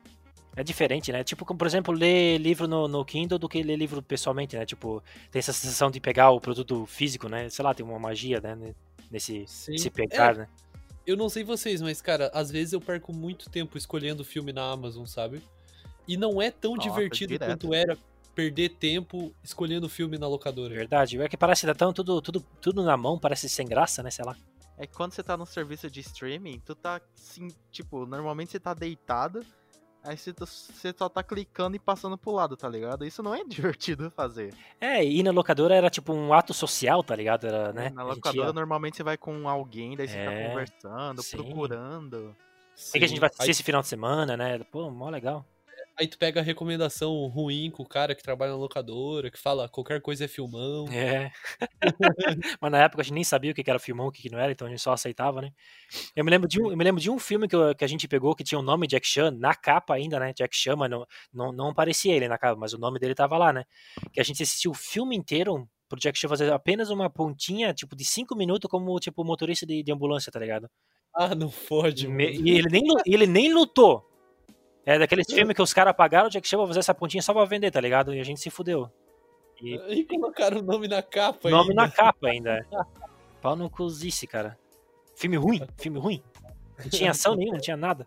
É diferente, né? Tipo, como, por exemplo, ler livro no, no Kindle do que ler livro pessoalmente, né? Tipo, tem essa sensação de pegar o produto físico, né? Sei lá, tem uma magia, né? Nesse, Sim. nesse pegar, É, né? eu não sei vocês, mas, cara, às vezes eu perco muito tempo escolhendo filme na Amazon, sabe? E não é tão Nossa, divertido direto. quanto era perder tempo escolhendo filme na locadora. Verdade. É que parece dar tão tudo, tudo, tudo na mão, parece sem graça, né? Sei lá. É que quando você tá no serviço de streaming, tu tá assim, tipo, normalmente você tá deitado, aí você, tá- você só tá clicando e passando pro lado, tá ligado? Isso não é divertido fazer. É, e ir na locadora era tipo um ato social, tá ligado? Era, né? Na A gente locadora, ia- normalmente você vai com alguém, daí você É, tá conversando, sim. procurando. O que, que a gente vai assistir Aí, esse final de semana, né? Pô, mó legal. aí tu pega a recomendação ruim com o cara que trabalha na locadora, que fala qualquer coisa é filmão. É. Mas na época a gente nem sabia o que que era filmão, o que que não era, então a gente só aceitava, né? Eu me lembro de um, eu me lembro de um filme que, eu- que a gente pegou que tinha o nome Jack Chan na capa ainda, né? Jack Chan, mas não, não, não aparecia ele na capa, mas o nome dele tava lá, né? Que a gente assistiu o filme inteiro pro Jack Chan fazer apenas uma pontinha, tipo, de cinco minutos como, tipo, motorista de, de ambulância, tá ligado? Ah, não fode, E, mano. me- e ele, nem, lu- e ele nem lutou. É daqueles filmes que os caras pagaram o Jack Chan pra fazer essa pontinha só pra vender, tá ligado? E a gente se fudeu. E E colocaram o nome na capa nome ainda. na capa ainda. é. Pau no cozice, cara. Filme ruim, filme ruim. Não tinha ação nenhuma, não tinha nada.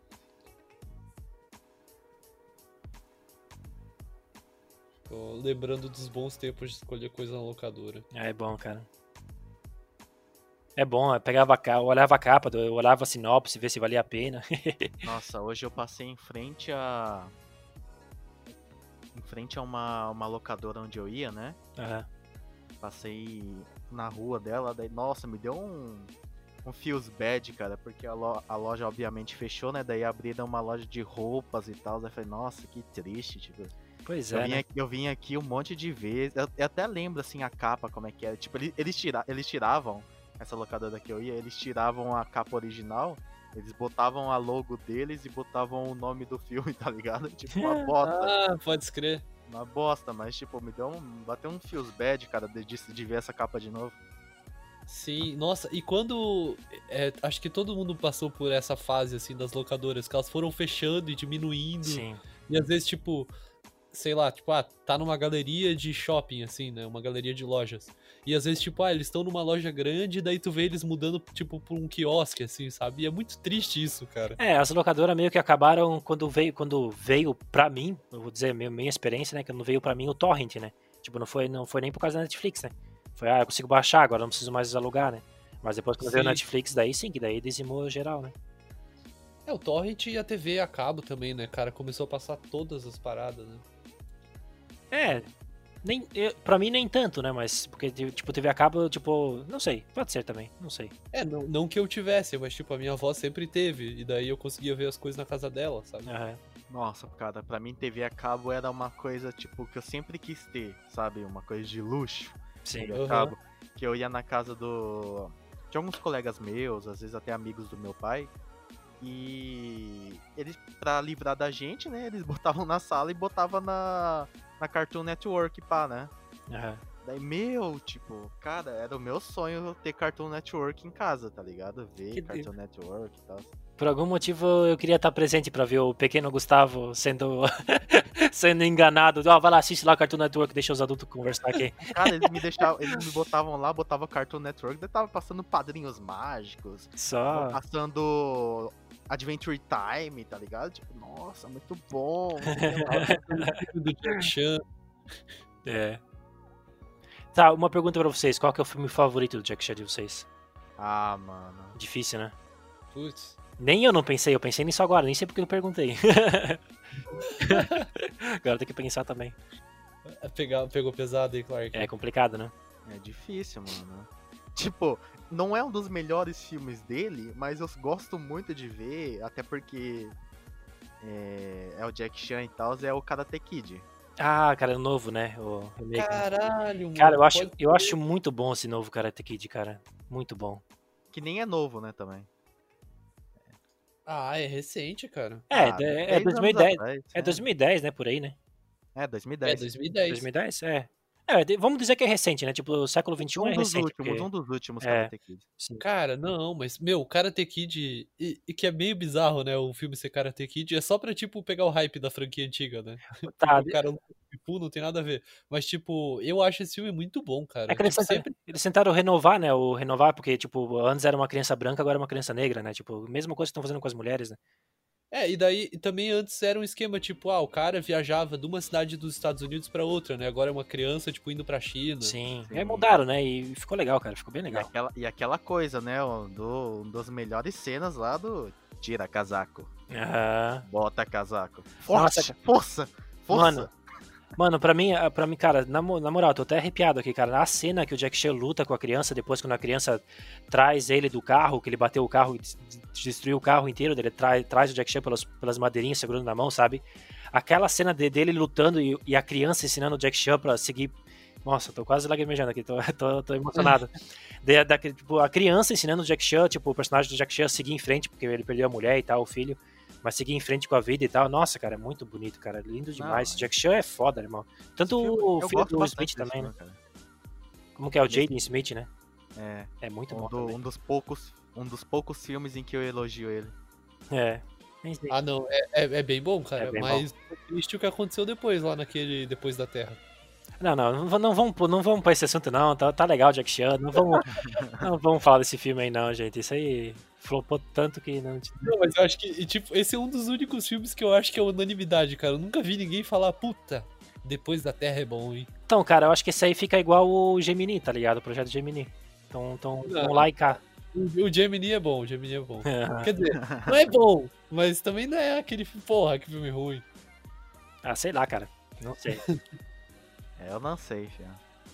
Tô lembrando dos bons tempos de escolher coisa na locadora. É bom, cara. É bom, eu pegava a capa, eu olhava a capa, eu olhava a sinopse, ver se valia a pena. Nossa, hoje eu passei em frente a. Em frente a uma, uma locadora onde eu ia, né? Aham. Passei na rua dela, daí, nossa, me deu um. Um feels bad, cara, porque a, lo- a loja obviamente fechou, né? Daí abriram uma loja de roupas e tal. Daí eu falei, nossa, que triste, tipo. Pois Eu é, vim, né? aqui, eu vim aqui um monte de vezes. Eu, eu até lembro assim a capa, como é que era. Tipo, eles, eles, tira, eles tiravam, essa locadora que eu ia, eles tiravam a capa original, eles botavam a logo deles e botavam o nome do filme, tá ligado? Tipo, uma bosta. Ah, pode escrever. Uma bosta, mas tipo, me deu um. Bateu um feels bad, cara, de, de, de ver essa capa de novo. Sim, nossa, e quando. É, acho que todo mundo passou por essa fase, assim, das locadoras, que elas foram fechando e diminuindo. Sim. E às vezes, tipo, sei lá, tipo, ah, tá numa galeria de shopping, assim, né? Uma galeria de lojas. E às vezes, tipo, ah, eles estão numa loja grande, daí tu vê eles mudando, tipo, pra um quiosque, assim, sabe? E é muito triste isso, cara. É, as locadoras meio que acabaram quando veio, quando veio pra mim, eu vou dizer minha, minha experiência, né? Que não veio pra mim o Torrent, né? Tipo, não foi, não foi nem por causa da Netflix, né? Foi, ah, eu consigo baixar, agora não preciso mais alugar, né? Mas depois quando veio o Sim. Netflix, daí sim, que daí dizimou geral, né? É, o Torrent e a T V a cabo também, né, cara? Começou a passar todas as paradas, né? É, nem, eu, pra mim nem tanto, né? Mas, porque, tipo, T V a cabo, tipo, não sei, pode ser também, não sei. É, não, não que eu tivesse, mas, tipo, a minha avó sempre teve. E daí eu conseguia ver as coisas na casa dela, sabe? Aham. Nossa, cara, pra mim T V a cabo era uma coisa, tipo, que eu sempre quis ter, sabe? Uma coisa de luxo. Sim. T V a Uhum. cabo. Que eu ia na casa do. De alguns colegas meus, às vezes até amigos do meu pai. E eles, pra livrar da gente, né? Eles botavam na sala e botavam na, na Cartoon Network, pá, né? Aham. Daí, meu, tipo, cara, era o meu sonho ter Cartoon Network em casa, tá ligado? Ver Que Cartoon Network e tal. Por algum motivo eu queria estar presente pra ver o pequeno Gustavo sendo sendo enganado. Ó, vai lá, assiste lá o Cartoon Network, deixa os adultos conversar aqui. Cara, eles me deixavam, eles me botavam lá, botavam Cartoon Network, daí tava passando Padrinhos Mágicos, tava Só. passando Adventure Time, tá ligado? Tipo, nossa, muito bom. muito legal. Do Jack Chan. É. Tá, uma pergunta pra vocês. Qual que é o filme favorito do Jack Chan de vocês? Ah, mano. Difícil, né? Putz. Nem eu não pensei, eu pensei nisso agora, nem sei porque eu perguntei. Agora tem que pensar também. É, pegar, pegou pesado aí, Clark. É complicado, né? É difícil, mano. Tipo, não é um dos melhores filmes dele, mas eu gosto muito de ver, até porque é, é o Jack Chan e tal, é o Karate Kid. Ah, cara, é novo, né? O remake. Caralho, mano. Cara, eu acho, pode eu crer. acho muito bom esse novo Karate Kid, cara. Muito bom. Que nem é novo, né, também. Ah, é recente, cara. É, Ah, é, é dez dois mil e anos dez. atrás, É dois mil e dez, né? Por aí, né? É, dois mil e É, dez. dois mil e dez. dois mil e dez? É. É, de- vamos dizer que é recente, né? Tipo, o século vinte e um Um é dos recente. últimos, porque- um dos últimos É. Karate Kid. Sim. Cara, não, mas, meu, Karate Kid, e, e que é meio bizarro, né, o filme ser Karate Kid, é só pra, tipo, pegar o hype da franquia antiga, né? Tá, Porque o cara Kung Fu não tem nada a ver. Mas, tipo, eu acho esse filme muito bom, cara. é que eles, Tipo, tentaram, sempre... eles tentaram renovar, né? O renovar, porque, tipo, antes era uma criança branca, agora é uma criança negra, né? Tipo, mesma coisa que estão fazendo com as mulheres, né? É, e daí e também antes era um esquema, tipo, ah, o cara viajava de uma cidade dos Estados Unidos pra outra, né? Agora é uma criança, tipo, indo pra China. Sim. Sim. É, mudaram, né? E ficou legal, cara. Ficou bem E legal. aquela, e aquela coisa, né? Um, do, um das melhores cenas lá do tira casaco, Aham. bota casaco. Nossa, Força, força, força. Mano, Mano, pra mim, pra mim, cara, na, mo- na moral, eu tô até arrepiado aqui, cara. A cena que o Jack Chan luta com a criança, depois quando a criança traz ele do carro, que ele bateu o carro e des- destruiu o carro inteiro, ele trai, traz o Jack Chan pelas, pelas madeirinhas segurando na mão, sabe? Aquela cena de- dele lutando e, e a criança ensinando o Jack Chan pra seguir. Nossa, tô quase lagrimejando aqui, tô, tô, tô emocionado. De- da- tipo, a criança ensinando o Jack Chan, tipo, o personagem do Jack Chan a seguir em frente, porque ele perdeu a mulher e tal, o filho. Mas seguir em frente com a vida e tal. Nossa, cara, é muito bonito, cara. Lindo demais. Não, Jack Chan é foda, irmão. Tanto Esse filme- o eu filho gosto do bastante Smith desse também, né? filme, cara. Como que é o Desse- Jaden Smith, né? É, É muito um, bom do- também. um dos poucos, um dos poucos filmes em que eu elogio ele. É. Nem sei. Ah, não, é, é, é bem bom, cara. É bem mas é triste o que aconteceu depois, lá naquele Depois da Terra. Não, não, não, v- não vamos, pô- não vamos pra esse assunto, não. Tá, tá legal, Jack Chan. Não vamos, não vamos falar desse filme aí, não, gente. Isso aí flopou tanto que não. Não, mas eu acho que, e, tipo, esse é um dos únicos filmes que eu acho que é unanimidade, cara. Eu nunca vi ninguém falar, puta, Depois da Terra é bom, hein? Então, cara, eu acho que esse aí fica igual o Gemini, tá ligado? O projeto Gemini. Então, então Não. vamos lá e cá. O, o Gemini é bom, o Gemini é bom. Quer dizer, não é bom, mas também não é aquele, fi- porra, que filme ruim. Ah, sei lá, cara. Não sei. É, eu não sei, filho.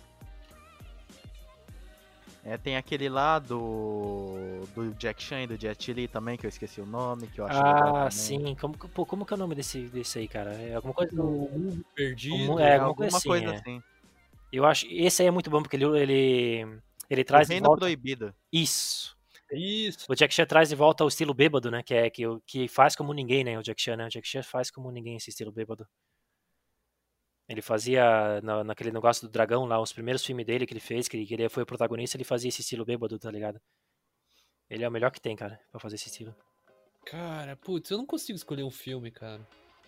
É, tem aquele lá do, do Jack Chan e do Jet Li também, que eu esqueci o nome, que eu acho legal Ah, também. sim. Como, que- pô, como que é o nome desse, desse aí, cara? É alguma coisa. O Mundo Perdido. É, É, alguma alguma coisa assim, coisa é. assim. Eu acho. Esse aí é muito bom porque ele, ele, ele O traz de Reino volta. Proibido. Isso. Isso. O Jack Chan traz de volta o estilo bêbado, né? Que é que, o- que faz como ninguém, né? O Jack Chan, né? O Jack Chan faz como ninguém esse estilo bêbado. Ele fazia na, naquele negócio do dragão lá, os primeiros filmes dele que ele fez, que ele, que ele foi o protagonista, ele fazia esse estilo bêbado, tá ligado? Ele é o melhor que tem, cara, pra fazer esse estilo. Cara, putz, eu não consigo escolher um filme, cara.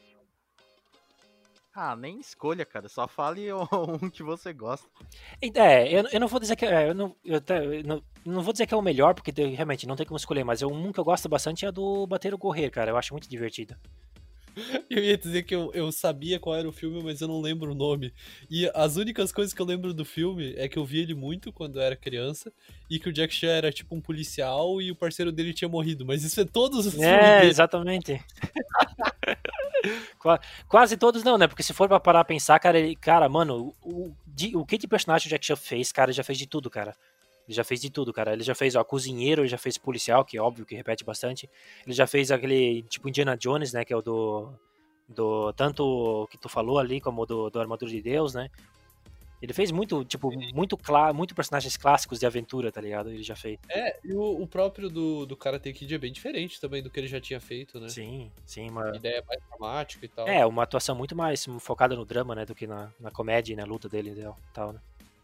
Ah, nem escolha, cara. Só fale um que você gosta. E, É, eu, eu não vou dizer que é, eu não, eu até- eu não, não vou dizer que é o melhor, porque tem- realmente não tem como escolher, mas é um que eu gosto bastante é do Bater ou Correr, cara. Eu acho muito divertido. Eu ia dizer que eu, eu sabia qual era o filme, mas eu não lembro o nome. E as únicas coisas que eu lembro do filme é que eu vi ele muito quando eu era criança e que o Jack Chan era tipo um policial e o parceiro dele tinha morrido. Mas isso é todos os filmes É, dele. exatamente. Qua- Quase todos não, né? Porque se for pra parar a pensar, cara, ele, cara, mano, o, o, de- o que de personagem o Jack Chan fez, cara, ele já fez de tudo, cara. Ele já fez de tudo, cara. Ele já fez, ó, cozinheiro, ele já fez policial, que é óbvio que repete bastante. Ele já fez aquele, tipo, Indiana Jones, né? Que é o do. do tanto o que tu falou ali, como o do, do Armadura de Deus, né? Ele fez muito, tipo, muito, clá, muito personagens clássicos de aventura, tá ligado? Ele já fez. É, e o, o próprio do, do Karate Kid é bem diferente também do que ele já tinha feito, né? Sim, sim, uma. A ideia é mais dramática e tal. É, uma atuação muito mais focada no drama, né, do que na, na comédia e na luta dele e tal, né.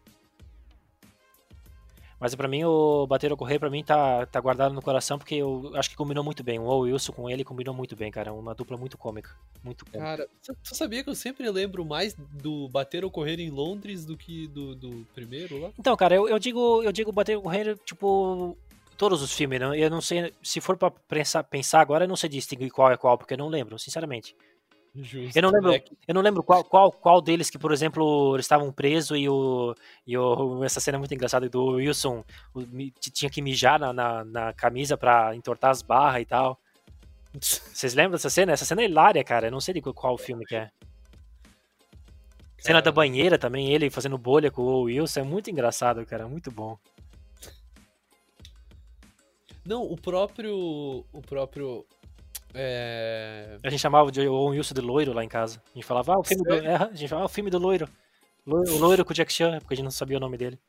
Mas pra mim, o Bater ou Correr, pra mim, tá, tá guardado no coração, porque eu acho que combinou muito bem. O Owen Wilson com ele combinou muito bem, cara. Uma dupla muito cômica. Muito cômica. Cara, você você sabia que eu sempre lembro mais do Bater ou Correr em Londres do que do, do primeiro lá? Então, cara, eu, eu digo eu digo Bater ou Correr, tipo, todos os filmes, né? Eu não sei, se for pra pensar, pensar agora, eu não sei distinguir qual é qual, porque eu não lembro, sinceramente. Justo. Eu não lembro, É que- eu não lembro qual, qual, qual deles que, por exemplo, eles estavam presos e o, e o. Essa cena é muito engraçada do Wilson o, mi- t- tinha que mijar na, na, na camisa pra entortar as barras e tal. Vocês lembram dessa cena? Essa cena é hilária, cara. Eu não sei de qual, qual filme que é. Cena da Cara, banheira também, ele fazendo bolha com o Wilson. É muito engraçado, cara. Muito bom. Não, o próprio. O próprio. É... A gente chamava de Owen Wilson de loiro lá em casa. A gente falava, ah, o filme do, Sério? é, a gente falava, ah, o filme do loiro. Loiro- O loiro com o Jack Chan, porque a gente não sabia o nome dele.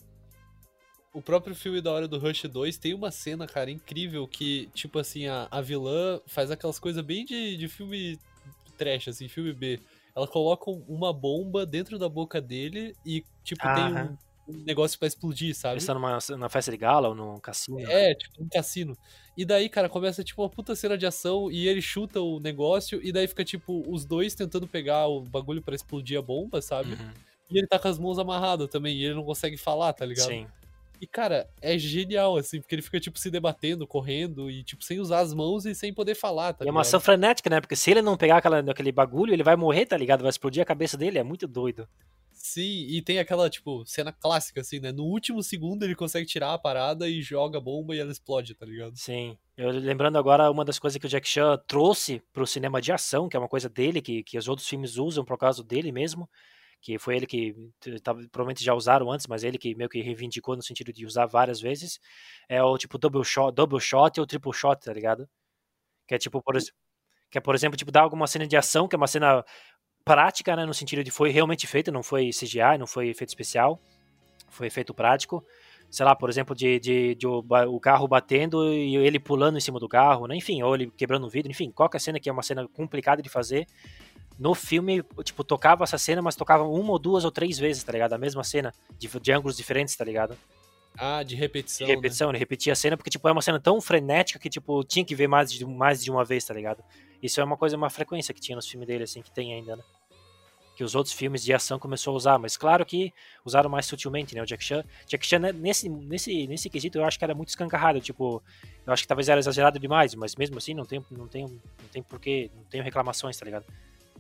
O próprio filme da hora do Rush dois tem uma cena, cara, incrível que, tipo assim, a, a vilã faz aquelas coisas bem de, de filme trash, assim, filme B. Ela coloca um- uma bomba dentro da boca dele e, tipo, tem Aham. um, um negócio pra explodir, Eles sabe? estão numa, numa festa de gala ou num cassino. É, tipo, um cassino. E daí, cara, começa, tipo, uma puta cena de ação e ele chuta o negócio e daí fica, tipo, os dois tentando pegar o bagulho pra explodir a bomba, sabe? Uhum. E ele tá com as mãos amarradas também e ele não consegue falar, tá ligado? Sim. E, cara, é genial, assim, porque ele fica, tipo, se debatendo, correndo e, tipo, sem usar as mãos e sem poder falar, tá E é uma ligado? ação frenética, né? Porque se ele não pegar aquela, aquele bagulho, ele vai morrer, tá ligado? Vai explodir a cabeça dele, é muito doido. Sim, e tem aquela, tipo, cena clássica, assim, né? No último segundo ele consegue tirar a parada e joga a bomba e ela explode, tá ligado? Sim. Eu lembrando agora uma das coisas que o Jack Chan trouxe pro cinema de ação, que é uma coisa dele, que, que os outros filmes usam por causa dele mesmo, que foi ele que t- tava- provavelmente já usaram antes, mas ele que meio que reivindicou no sentido de usar várias vezes, é o tipo double shot, double shot ou triple shot, tá ligado? Que é tipo, por, ex- que é, por exemplo, tipo, dar alguma cena de ação, que é uma cena prática, né, no sentido de foi realmente feita, não foi C G I, não foi efeito especial, foi efeito prático. Sei lá, por exemplo, de, de, de o, ba- o carro batendo e ele pulando em cima do carro, né? Enfim, ou ele quebrando o vidro, enfim, qualquer cena que é uma cena complicada de fazer. No filme, tipo, tocava essa cena, mas tocava uma ou duas ou três vezes, tá ligado? A mesma cena, de, de ângulos diferentes, tá ligado? Ah, de De repetição, repetição, ele repetia a cena, porque, tipo, é uma cena tão frenética que, tipo, tinha que ver mais de, mais de uma vez, tá ligado? Isso é uma coisa, uma frequência que tinha nos filmes dele, assim, que tem ainda, né? Que os outros filmes de ação começou a usar, mas claro que usaram mais sutilmente, né? O Jack Chan, Jack Chan né, nesse, nesse, nesse quesito eu acho que era muito escancarado, tipo, eu acho que talvez era exagerado demais, mas mesmo assim não tem, não tem, não tem porquê, não tenho reclamações, tá ligado?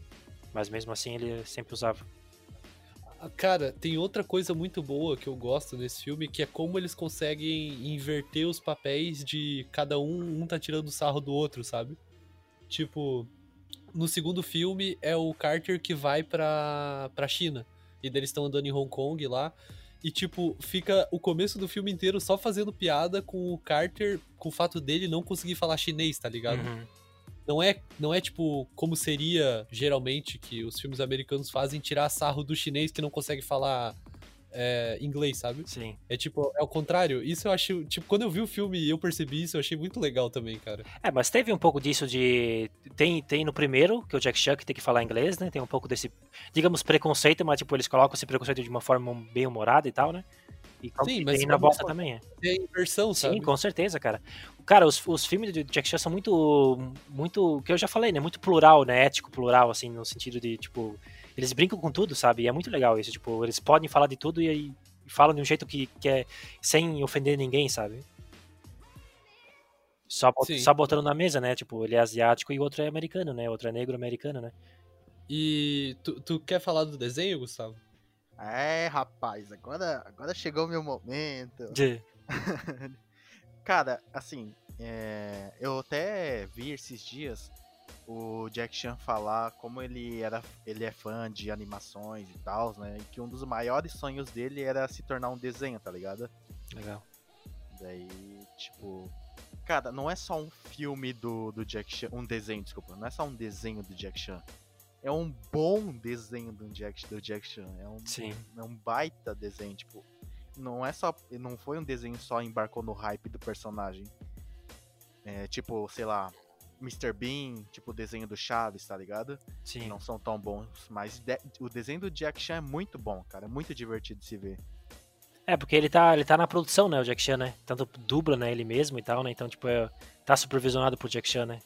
Mas mesmo assim ele sempre usava. Ah, cara, tem outra coisa muito boa que eu gosto nesse filme, que é como eles conseguem inverter os papéis de cada um, um tá tirando sarro do outro, sabe? Tipo, no segundo filme é o Carter que vai pra, pra China. E daí eles estão andando em Hong Kong lá. E, tipo, fica o começo do filme inteiro só fazendo piada com o Carter, com o fato dele não conseguir falar chinês, tá ligado? Uhum. Não é, não é, tipo, como seria geralmente que os filmes americanos fazem, tirar sarro do chinês que não consegue falar é, inglês, sabe? Sim. É tipo, é o contrário. Isso eu acho, tipo, quando eu vi o filme e eu percebi isso, eu achei muito legal também, cara. É, mas teve um pouco disso de. Tem, tem no primeiro, que é o Jack Chan que tem que falar inglês, né? Tem um pouco desse, digamos, preconceito, mas tipo, eles colocam esse preconceito de uma forma bem humorada e tal, né? E, Sim, e mas tem na vamos volta também, é. É inversão, sabe? Sim, com certeza, cara. Cara, os, os filmes do Jack Chan são muito, muito, que eu já falei, né? Muito plural, né? Ético plural, assim, no sentido de, tipo, eles brincam com tudo, sabe? E é muito legal isso, tipo, eles podem falar de tudo e aí falam de um jeito que, que é sem ofender ninguém, sabe? Só, bot- Sim. só botando na mesa, né? Tipo, ele é asiático e o outro é americano, né? O outro é negro americano, né? E tu, tu quer falar do desenho, Gustavo? É, rapaz, agora, agora chegou o meu momento. De- Cara, assim, é, eu até vi esses dias o Jack Chan falar como ele era, ele é fã de animações e tal, né? E que um dos maiores sonhos dele era se tornar um desenho, tá ligado? Legal. Daí, tipo, cara, não é só um filme do, do Jack Chan, um desenho, desculpa, não é só um desenho do Jack Chan. É um bom desenho do Jack, do Jack Chan, é um, Sim. é um baita desenho, tipo, não é só, não foi um desenho só embarcou no hype do personagem. É, tipo, sei lá, mister Bean, tipo o desenho do Chaves, tá ligado? Sim. Não são tão bons, mas de- o desenho do Jack Chan é muito bom, cara, é muito divertido de se ver. É, porque ele tá, ele tá na produção, né, o Jack Chan, né? Tanto dubla, né, ele mesmo e tal, né? Então, tipo, é, tá supervisionado por Jack Chan, né?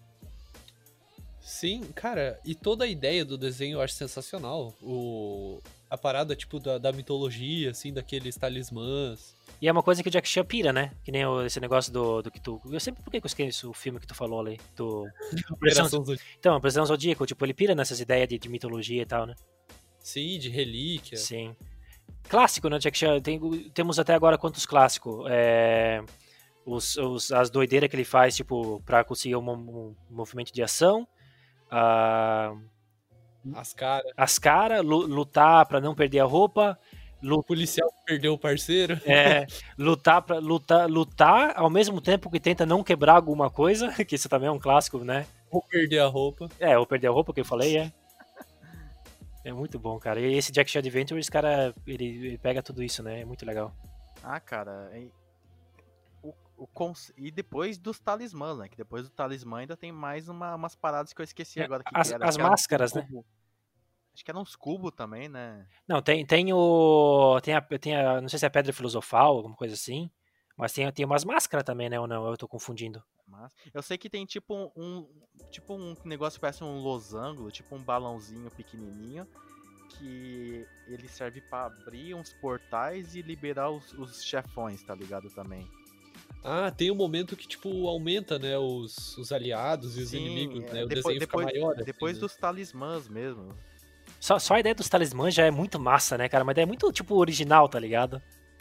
Sim, cara, e toda a ideia do desenho eu acho sensacional. O, a parada, tipo, da, da mitologia, assim, daqueles talismãs. E é uma coisa que o Jack Chan pira, né? Que nem o- esse negócio do, do que tu... Eu sempre, por que que eu esqueço o filme que tu falou ali? Do... Operação- Operação Zodíaco. Então, Operação Zodíaco, tipo, ele pira nessas ideias de, de mitologia e tal, né? Sim, de relíquia. Sim. Clássico, né, Jack Chan? Tem- temos até agora quantos clássicos? É... Os, os- as doideiras que ele faz, tipo, pra conseguir um, um movimento de ação. Ah, As caras. as caras, lutar pra não perder a roupa, O policial perdeu o parceiro. É, lutar, pra, lutar, lutar ao mesmo tempo que tenta não quebrar alguma coisa, que isso também é um clássico, né? Ou perder a roupa. É, ou perder a roupa, que eu falei, é. É muito bom, cara. E esse Jack Chan Adventures, cara, ele, ele pega tudo isso, né? É muito legal. Ah, cara, é... o, o cons... e depois dos talismãs, né? Que depois do talismã ainda tem mais uma, umas paradas que eu esqueci É, agora. Que as que era. as Acho que era máscaras, um né? cubo. Acho que era uns cubos também, né? Não, tem, tem o. Tem a, tem a. Não sei se é a Pedra Filosofal, alguma coisa assim. Mas tem, tem umas máscaras também, né? Ou não? Eu tô confundindo. Mas eu sei que tem tipo um, um- tipo um negócio que parece um losango, tipo um balãozinho pequenininho, que ele serve pra abrir uns portais e liberar os, os chefões, tá ligado também? Ah, tem um momento que, tipo, aumenta, né, os, os aliados e os Sim, inimigos, é, né? O depois, desenho depois, fica maior. assim, depois né? dos talismãs mesmo. Só, só a ideia dos talismãs já é muito massa, né, cara? Mas é muito, tipo, original, tá ligado?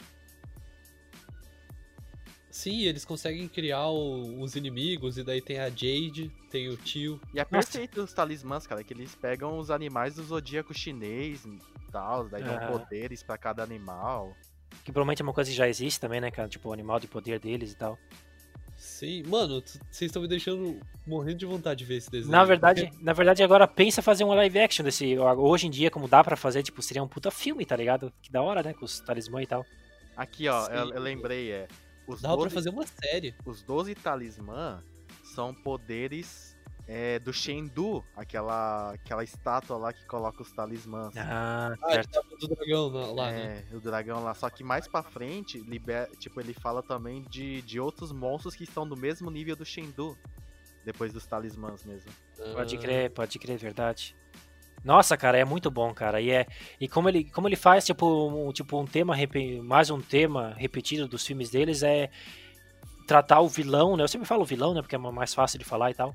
Sim, eles conseguem criar o- os inimigos, e daí tem a Jade, tem o tio. E é Nossa. perfeito os talismãs, cara, que eles pegam os animais do zodíaco chinês e tal, daí dão Aham. poderes pra cada animal. Que provavelmente é uma coisa que já existe também, né, cara? Tipo, o animal de poder deles e tal. Sim, mano, t- vocês estão me deixando morrendo de vontade de ver esse desenho. Na verdade, na verdade, agora pensa fazer um live action desse. Hoje em dia, como dá pra fazer, tipo, seria um puta filme, tá ligado? Que da hora, né? Com os talismãs e tal. Aqui, ó, Sim. eu, eu lembrei, é. Os Dava pra doze fazer uma série. Os doze talismã são poderes é, do Shendu, aquela, aquela estátua lá que coloca os talismãs. Ah, Ah, certo. a do dragão na- lá, né? É, o dragão lá. Só que mais pra frente, liber... tipo, ele fala também de, de outros monstros que estão do mesmo nível do Shendu. Depois dos talismãs mesmo. Pode Ah, crer, pode crer, verdade. Nossa, cara, é muito bom, cara. E é e como ele como ele faz tipo um, tipo um tema repe- mais um tema repetido dos filmes deles é tratar o vilão, né? Eu sempre falo vilão, né? Porque é mais fácil de falar e tal.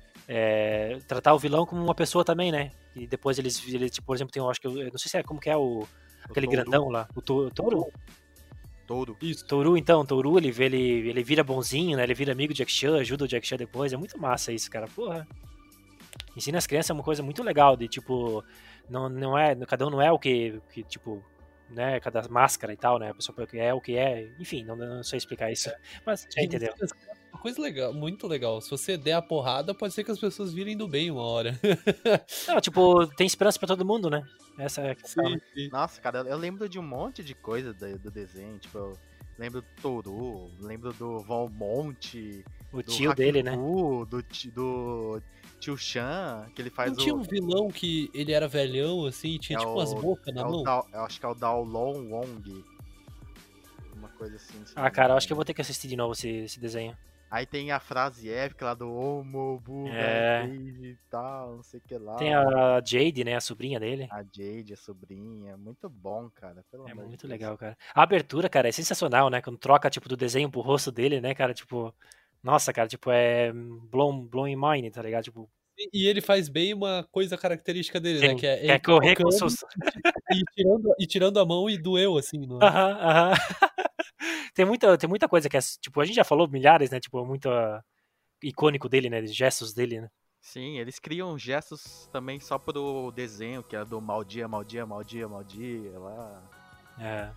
É, tratar o vilão como uma pessoa também, né? E depois eles, eles tipo, por exemplo, tem, eu acho que eu, eu não sei se é como que é o aquele Touru. grandão lá, o to- Touro. Touro. Isso. Touru, então, Touru, ele, ele, ele vira bonzinho, né? Ele vira amigo do Jack Chan, ajuda o Jack Chan depois. É muito massa isso, cara. Porra. Ensina as crianças é uma coisa muito legal, de tipo, não, não é, cada um não é o que, que tipo, né, cada máscara e tal, né? A pessoa é o que é, enfim, não, não sei explicar isso, mas já entendeu. Uma coisa legal, muito legal. Se você der a porrada, pode ser que as pessoas virem do bem uma hora. Não, tipo, tem esperança pra todo mundo, né? Essa é a questão, né? Sim, sim. Nossa, cara, eu- eu lembro de um monte de coisa do, do desenho. Tipo, eu lembro do Toru, lembro do Valmonte, O do tio dele, né? Hakiku, do, ti- do Tio Chan, que ele faz Não tinha o. um vilão que ele era velhão, assim, e tinha é tipo o- umas bocas é na o mão? Dao- eu acho que é o Daolon Wong. Uma coisa assim. se não Ah, me cara, eu engano. acho que eu vou ter que assistir de novo esse, esse desenho. Aí tem a frase épica lá do Omobu, É. e tal, não sei o que lá. Tem a Jade, né? A sobrinha dele. A Jade, a sobrinha. Muito bom, cara. Pelo É amor de muito Deus. legal, cara. A abertura, cara, é sensacional, né? Quando troca, tipo, do desenho pro rosto dele, né, cara? Tipo, nossa, cara, tipo, é blown, blowing mind, tá ligado? Tipo, E e ele faz bem uma coisa característica dele, né? sim, Que é quer ele correr com tocando seus... e tirando, e tirando a mão e doeu, assim. No... Aham, aham. Tem muita, tem muita coisa que é, tipo, a gente já falou milhares, né? Tipo, muito ah, icônico dele, né? Gestos dele, né? Sim, eles criam gestos também só pro desenho, que é do mal dia, mal dia, mal dia, mal dia, lá. É,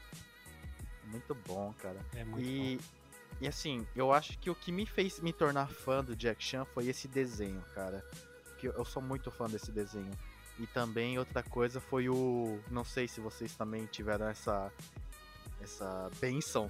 Muito bom, cara. é muito E, e assim, eu acho que o que me fez me tornar fã do Jack Chan foi esse desenho, cara. Que eu, eu sou muito fã desse desenho. E também outra coisa foi o. Não sei se vocês também tiveram essa. Essa benção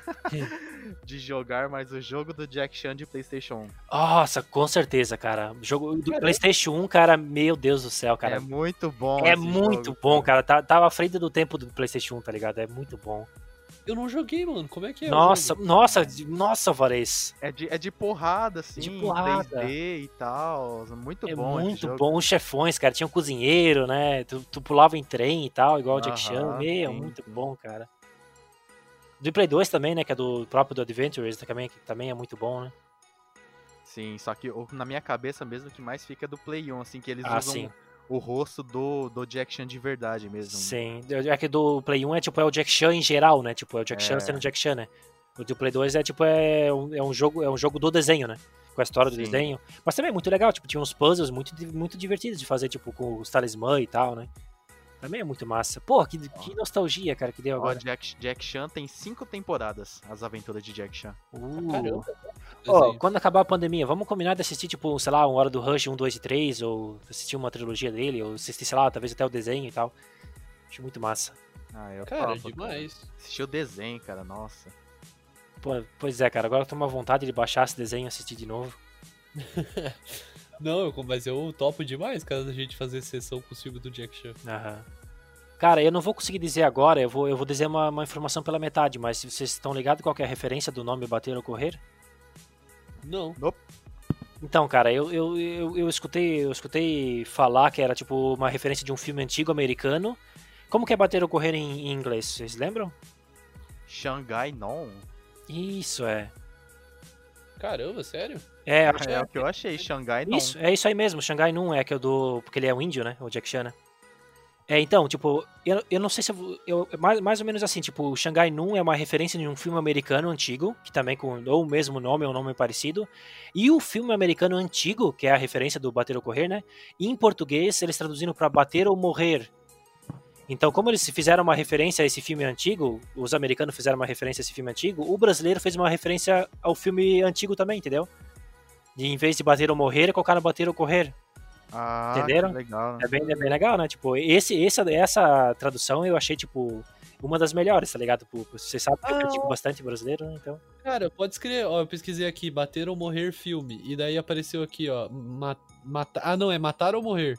de jogar mais o jogo do Jack Chan de PlayStation um. Nossa, com certeza, cara. O jogo do Caramba. PlayStation um, cara, meu Deus do céu, cara. É muito bom. É esse muito jogo, bom, cara. Tá, tava à frente do tempo do PlayStation um, tá ligado? É muito bom. Eu não joguei, mano. Como é que é? o Nossa, jogo? nossa, nossa, Varese. É de, é de porrada, assim, De porrada. três D e tal. Muito É bom esse muito jogo. bom. Os chefões, cara. Tinha um cozinheiro, né? Tu, tu pulava em trem e tal, igual o Jack Chan. Aham, Meu, sim, muito sim. bom, cara. Do Play dois também, né? Que é do próprio do Adventures, também, que também é muito bom, né? Sim, só que o- na minha cabeça mesmo o que mais fica é do Play um, assim, que eles Ah, usam sim. o rosto do, do Jack Chan de verdade mesmo. Sim. É que do Play um é tipo é o Jack Chan em geral, né? Tipo, é o Jack Chan É. sendo Jack Chan, né? O do Play dois é tipo é um, é um jogo, é um jogo do desenho, né? Com a história do Sim. desenho. Mas também é muito legal, tipo, tinha uns puzzles muito, di- muito divertidos de fazer, tipo, com os talismã e tal, né? Também é muito massa. Pô, que, que nostalgia, cara, que deu Ó, agora. Jack, Jack Chan tem cinco temporadas, as aventuras de Jack Chan. Uh. Caramba. Ó, Desenho. quando acabar a pandemia, vamos combinar de assistir, tipo, sei lá, uma hora do Rush um, dois e três, ou assistir uma trilogia dele, ou assistir, sei lá, talvez até o desenho e tal. Acho muito massa. Ah, eu Cara, topo, demais. Assistir o desenho, cara, nossa. Pô, pois é, cara, agora eu tô uma vontade de baixar esse desenho e assistir de novo. Não, eu, mas eu topo demais, cara, da gente fazer sessão com o filme do Jack Chan. Aham. Cara, eu não vou conseguir dizer agora, eu vou, eu vou dizer uma, uma informação pela metade, mas vocês estão ligados qual que é a referência do nome Bater ou Correr? Não. Então, cara, eu, eu, eu, eu escutei, eu escutei falar que era tipo uma referência de um filme antigo americano. Como que é Bater ou Correr em, em inglês? Vocês lembram? Xangai Non? Isso, é. Caramba, sério? É, É, é o que eu achei, Xangai Non. isso, é isso aí mesmo, Xangai Nun é que é o do... Porque ele é um índio, né? O Jack Chan, né? É, então, tipo, eu, eu não sei se eu, eu mais, mais ou menos assim, tipo, o Xangai Nun é uma referência de um filme americano antigo, que também com ou o mesmo nome ou um nome parecido, e o filme americano antigo, que é a referência do Bater ou Correr, né? Em português, eles traduziram pra Bater ou Morrer. Então, como eles fizeram uma referência a esse filme antigo, os americanos fizeram uma referência a esse filme antigo, o brasileiro fez uma referência ao filme antigo também, entendeu? De, em vez de Bater ou Morrer, colocaram Bater ou Correr. Ah, Entenderam? que legal. É bem, é bem legal, né? Tipo, esse, essa, essa tradução eu achei, tipo, uma das melhores, tá ligado? Tipo, você sabe que eu Ah. critico bastante brasileiro, né? Então. Cara, pode escrever, ó, eu pesquisei aqui, Bater ou Morrer filme, e daí apareceu aqui, ó, ma mata ah não, é Matar ou Morrer.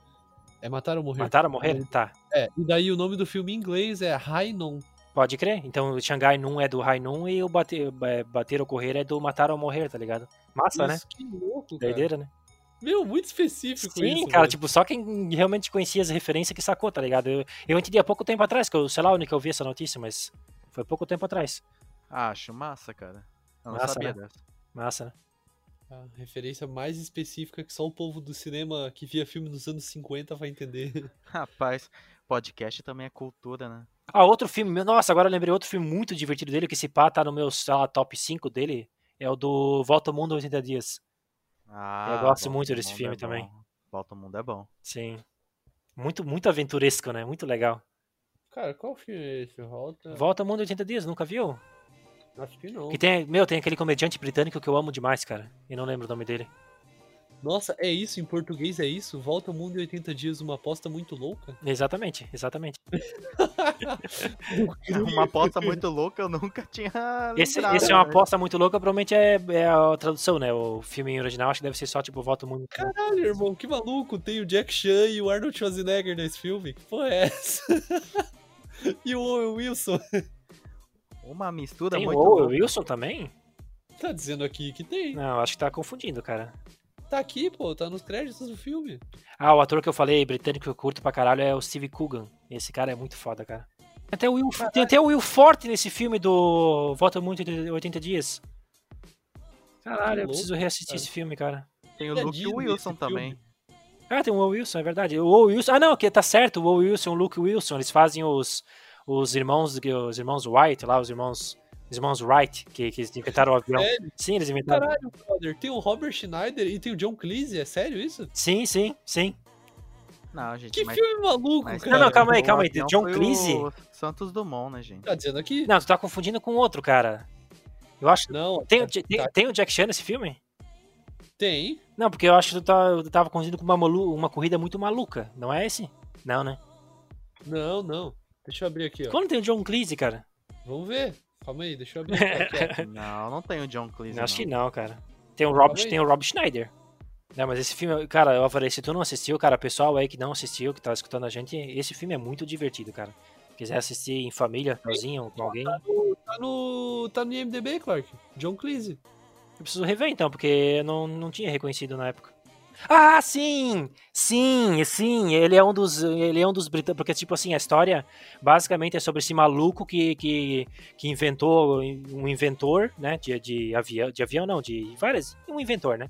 É Matar ou Morrer. Mataram ou morrer? Tá. É, e daí o nome do filme em inglês é High Non. Pode crer. Então o Xangai Nun é do Hai Nun e o Bater, é, bater ou Correr é do Matar ou Morrer, tá ligado? Massa, né? Isso, que louco, cara. Doideira, né? Meu, muito específico Sim, isso, cara, velho. tipo, só quem realmente conhecia as referências que sacou, tá ligado? Eu, eu entendi há pouco tempo atrás, que eu, sei lá onde que eu vi essa notícia, mas foi pouco tempo atrás. Ah, acho massa, cara. Eu não Massa, sabia né? dessa. Massa, né? A referência mais específica que só o povo do cinema que via filme nos anos cinquenta vai entender. Rapaz, podcast também é cultura, né? Ah, outro filme, meu- nossa, agora eu lembrei outro filme muito divertido dele, que esse pá tá no meu, sei lá, top cinco dele, é o do Volta ao Mundo em oitenta Dias. Ah, Eu gosto Volta muito ao desse Mundo filme é também. bom. Volta ao Mundo é bom. Sim. Muito, muito aventuresco, né? Muito legal. Cara, qual filme é esse? Volta. Volta ao Mundo em oitenta Dias, nunca viu? Acho que não. Que tem, meu, tem aquele comediante britânico que eu amo demais, cara. E não lembro o nome dele. Nossa, é isso? Em português é isso? Volta ao Mundo em oitenta dias, uma aposta muito louca? Exatamente, exatamente. Uma aposta muito louca, eu nunca tinha Esse, lembrado, esse é uma né? aposta muito louca, provavelmente é, é a tradução, né? O filme em original acho que deve ser só, tipo, Volta ao Mundo. Caralho, irmão, que maluco. Tem o Jack Chan e o Arnold Schwarzenegger nesse filme. Que porra é essa? E o Owen Wilson. Uma mistura Tem o muito Owen louca. Wilson também? Tá dizendo aqui que tem. Não, acho que tá confundindo, cara. Tá aqui, pô, tá nos créditos do filme. Ah, o ator que eu falei, britânico que eu curto pra caralho, é o Steve Coogan. Esse cara é muito foda, cara. Tem até o Will, tem até o Will Forte nesse filme do Volta ao Mundo em oitenta Dias. Caralho, eu louco, preciso reassistir cara. esse filme, cara. Tem o E a Luke Disney, Wilson esse também. filme? Ah, tem o Will Wilson, é verdade. O Will Wilson. Ah, não, que tá certo. O Will Wilson e o Luke Wilson, eles fazem os, os irmãos os irmãos White lá, os irmãos os irmãos Wright, que, que inventaram o avião. Sério? Sim, eles inventaram. Caralho, brother. Tem o Robert Schneider e tem o John Cleese, é sério isso? Sim, sim, sim. Não, gente, Que mas... filme maluco, mas- cara. Não, não, calma aí, o calma aí. avião John foi Cleese? o Santos Dumont, né, gente? Tá dizendo aqui? Não, tu tá confundindo com outro, cara. Eu acho. Não, Tem, o é- Ja- tem, tá- tem o Jack Chan nesse filme? tem. Não, porque eu acho que tu, tá, tu tava confundindo com uma, malu- uma corrida muito maluca. Não é esse? Não, né? Não, não. Deixa eu abrir aqui, ó. Quando tem o John Cleese, cara? Vamos ver. Calma aí, deixa eu abrir aqui. Aqui, ó. Não, não tem o John Cleese, Acho que não. não, cara. Tem o Calma Rob, aí. tem o Rob Schneider. Não, mas esse filme, cara, eu falei, se tu não assistiu, cara, pessoal aí que não assistiu, que tá escutando a gente, esse filme é muito divertido, cara. Quiser assistir em família, sozinho, com alguém, eu Tá no, tá no I M D B, Clark. John Cleese. preciso rever então, porque eu não, não tinha reconhecido na época. Ah, sim! Sim, sim, ele é um dos, ele é um dos britânicos, porque tipo assim, a história basicamente é sobre esse maluco que, que, que inventou, um inventor, né, de, de avião, de avião não, de várias, um inventor, né,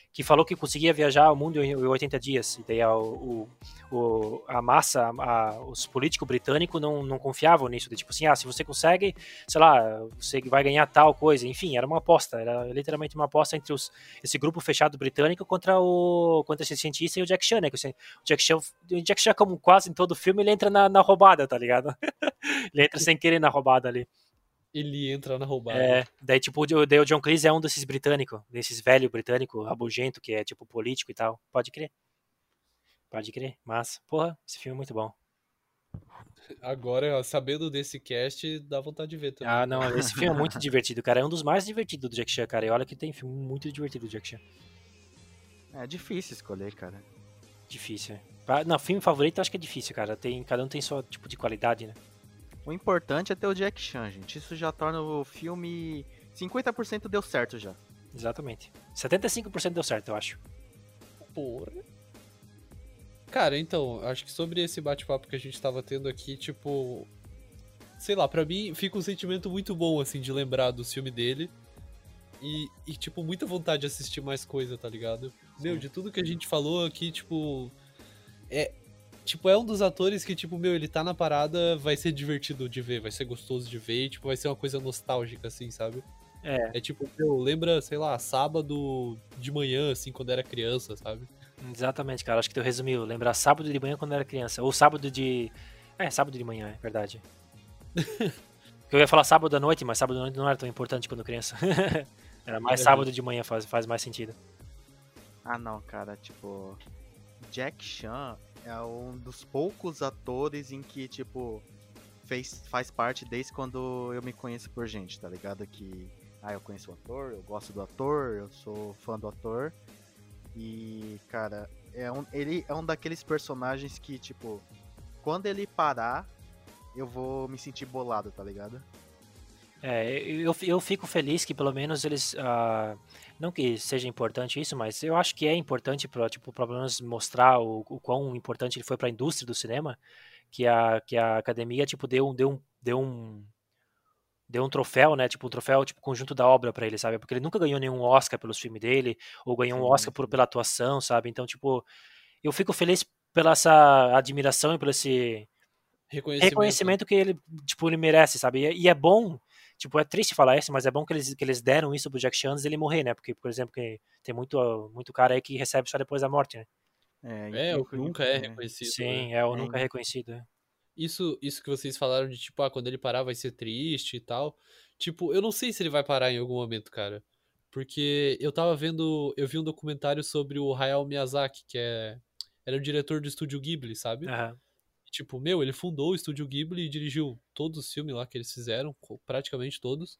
que falou que conseguia viajar ao mundo em oitenta dias. E daí a, o, o, a massa, a, os políticos britânicos não, não confiavam nisso. De, tipo assim, ah, se você consegue, sei lá, você vai ganhar tal coisa. Enfim, era uma aposta. Era literalmente uma aposta entre os, esse grupo fechado britânico contra, o, contra esse cientista e o Jack Chan, né? Que o Jack Chan, o Jack Chan, como quase em todo filme, ele entra na, na roubada, tá ligado? Ele entra sem querer na roubada ali. Ele entra na roubada. É, daí tipo, o, daí o John Cleese é um desses britânicos, desses velho britânico, rabugento, que é tipo político e tal. Pode crer. Pode crer. Mas, porra, esse filme é muito bom. Agora, sabendo desse cast, dá vontade de ver também. Ah, não, esse filme é muito divertido, cara. É um dos mais divertidos do Jack Chan, cara. E olha que tem filme muito divertido do Jack Chan. É difícil escolher, cara. Difícil, é. Pra, não, filme favorito eu acho que é difícil, cara. Tem, cada um tem seu tipo de qualidade, né? O importante é ter o Jack Chan, gente. Isso já torna o filme... cinquenta por cento deu certo já. Exatamente. setenta e cinco por cento deu certo, eu acho. Porra. Cara, então, acho que sobre esse bate-papo que a gente tava tendo aqui, tipo... Sei lá, pra mim fica um sentimento muito bom, assim, de lembrar do filme dele. E, e, tipo, muita vontade de assistir mais coisa, tá ligado? Sim. Meu, de tudo que a gente falou aqui, tipo... É... Tipo, é um dos atores que, tipo, meu, ele tá na parada, vai ser divertido de ver, vai ser gostoso de ver, e, tipo, vai ser uma coisa nostálgica, assim, sabe? É. É tipo, meu, lembra, sei lá, sábado de manhã, assim, quando era criança, sabe? Exatamente, cara. Acho que tu resumiu. Lembrar sábado de manhã quando era criança. Ou sábado de... É, sábado de manhã, é verdade. Eu ia falar sábado à noite, mas sábado à noite não era tão importante quando criança. Era mais é sábado de manhã, faz, faz mais sentido. Ah, não, cara, tipo... Jack Chan é um dos poucos atores em que, tipo, fez, faz parte desde quando eu me conheço por gente, tá ligado? Que, ah, eu conheço o ator, eu gosto do ator, eu sou fã do ator. E, cara, é um, ele é um daqueles personagens que, tipo, quando ele parar, eu vou me sentir bolado, tá ligado? É, eu, eu fico feliz que pelo menos eles, uh, não que seja importante isso, mas eu acho que é importante para, tipo, pelo menos mostrar o, o quão importante ele foi para a indústria do cinema, que a, que a academia, tipo, deu, deu, um, deu um deu um troféu, né, tipo, um troféu, tipo, conjunto da obra pra ele, sabe, porque ele nunca ganhou nenhum Oscar pelos filmes dele, ou ganhou sim, um Oscar por, pela atuação, sabe, então, tipo, eu fico feliz pela essa admiração e por esse reconhecimento, reconhecimento que ele, tipo, ele merece, sabe, e, e é bom, tipo, é triste falar isso, mas é bom que eles, que eles deram isso pro Jack Chan antes dele morrer, né, porque, por exemplo, que tem muito, muito cara aí que recebe só depois da morte, né. É, é o que nunca é reconhecido. Sim, né? é o é. nunca é reconhecido, é. Isso, isso que vocês falaram de, tipo, ah, quando ele parar vai ser triste e tal. Tipo, eu não sei se ele vai parar em algum momento, cara. Porque eu tava vendo, eu vi um documentário sobre o Hayao Miyazaki, que é, era o diretor do estúdio Ghibli, sabe? Uhum. Tipo, meu, ele fundou o estúdio Ghibli e dirigiu todos os filmes lá que eles fizeram, praticamente todos.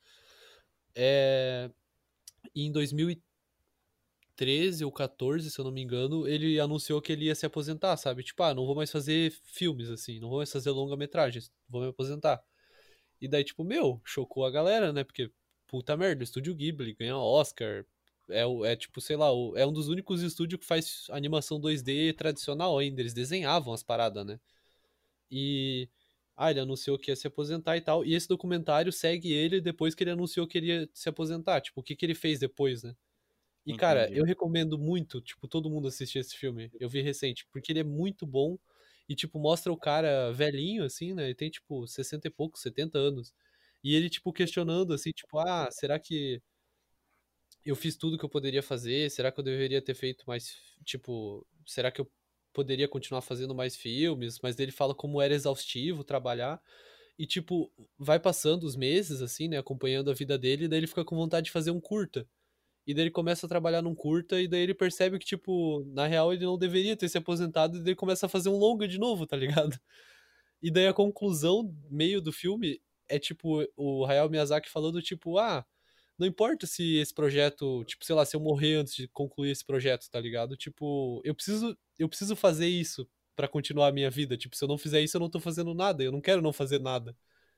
É... E em dois mil e treze ou quatorze, se eu não me engano, ele anunciou que ele ia se aposentar, sabe? Tipo, ah, não vou mais fazer filmes, assim, não vou mais fazer longa-metragens, vou me aposentar. E daí, tipo, meu, chocou a galera, né? Porque, puta merda, o estúdio Ghibli ganha Oscar, é, é tipo, sei lá, é um dos únicos estúdios que faz animação dois D tradicional ainda, eles desenhavam as paradas, né? E... Ah, ele anunciou que ia se aposentar e tal, e esse documentário segue ele depois que ele anunciou que ele ia se aposentar, tipo, o que que ele fez depois, né? E, Entendi. cara, eu recomendo muito, tipo, todo mundo assistir esse filme. Eu vi recente, porque ele é muito bom e, tipo, mostra o cara velhinho, assim, né? Ele tem, tipo, sessenta e poucos, setenta anos. E ele, tipo, questionando, assim, tipo, ah, será que eu fiz tudo que eu poderia fazer? Será que eu deveria ter feito mais, tipo, será que eu poderia continuar fazendo mais filmes? Mas ele fala como era exaustivo trabalhar. E, tipo, vai passando os meses, assim, né? Acompanhando a vida dele, e daí ele fica com vontade de fazer um curta. E daí ele começa a trabalhar num curta, e daí ele percebe que, tipo, na real ele não deveria ter se aposentado, e daí ele começa a fazer um longa de novo, tá ligado? E daí a conclusão, meio do filme, é, tipo, o Hayao Miyazaki falando, tipo, ah, não importa se esse projeto, tipo, sei lá, se eu morrer antes de concluir esse projeto, tá ligado? Tipo, eu preciso, eu preciso fazer isso pra continuar a minha vida. Tipo, se eu não fizer isso, eu não tô fazendo nada, eu não quero não fazer nada.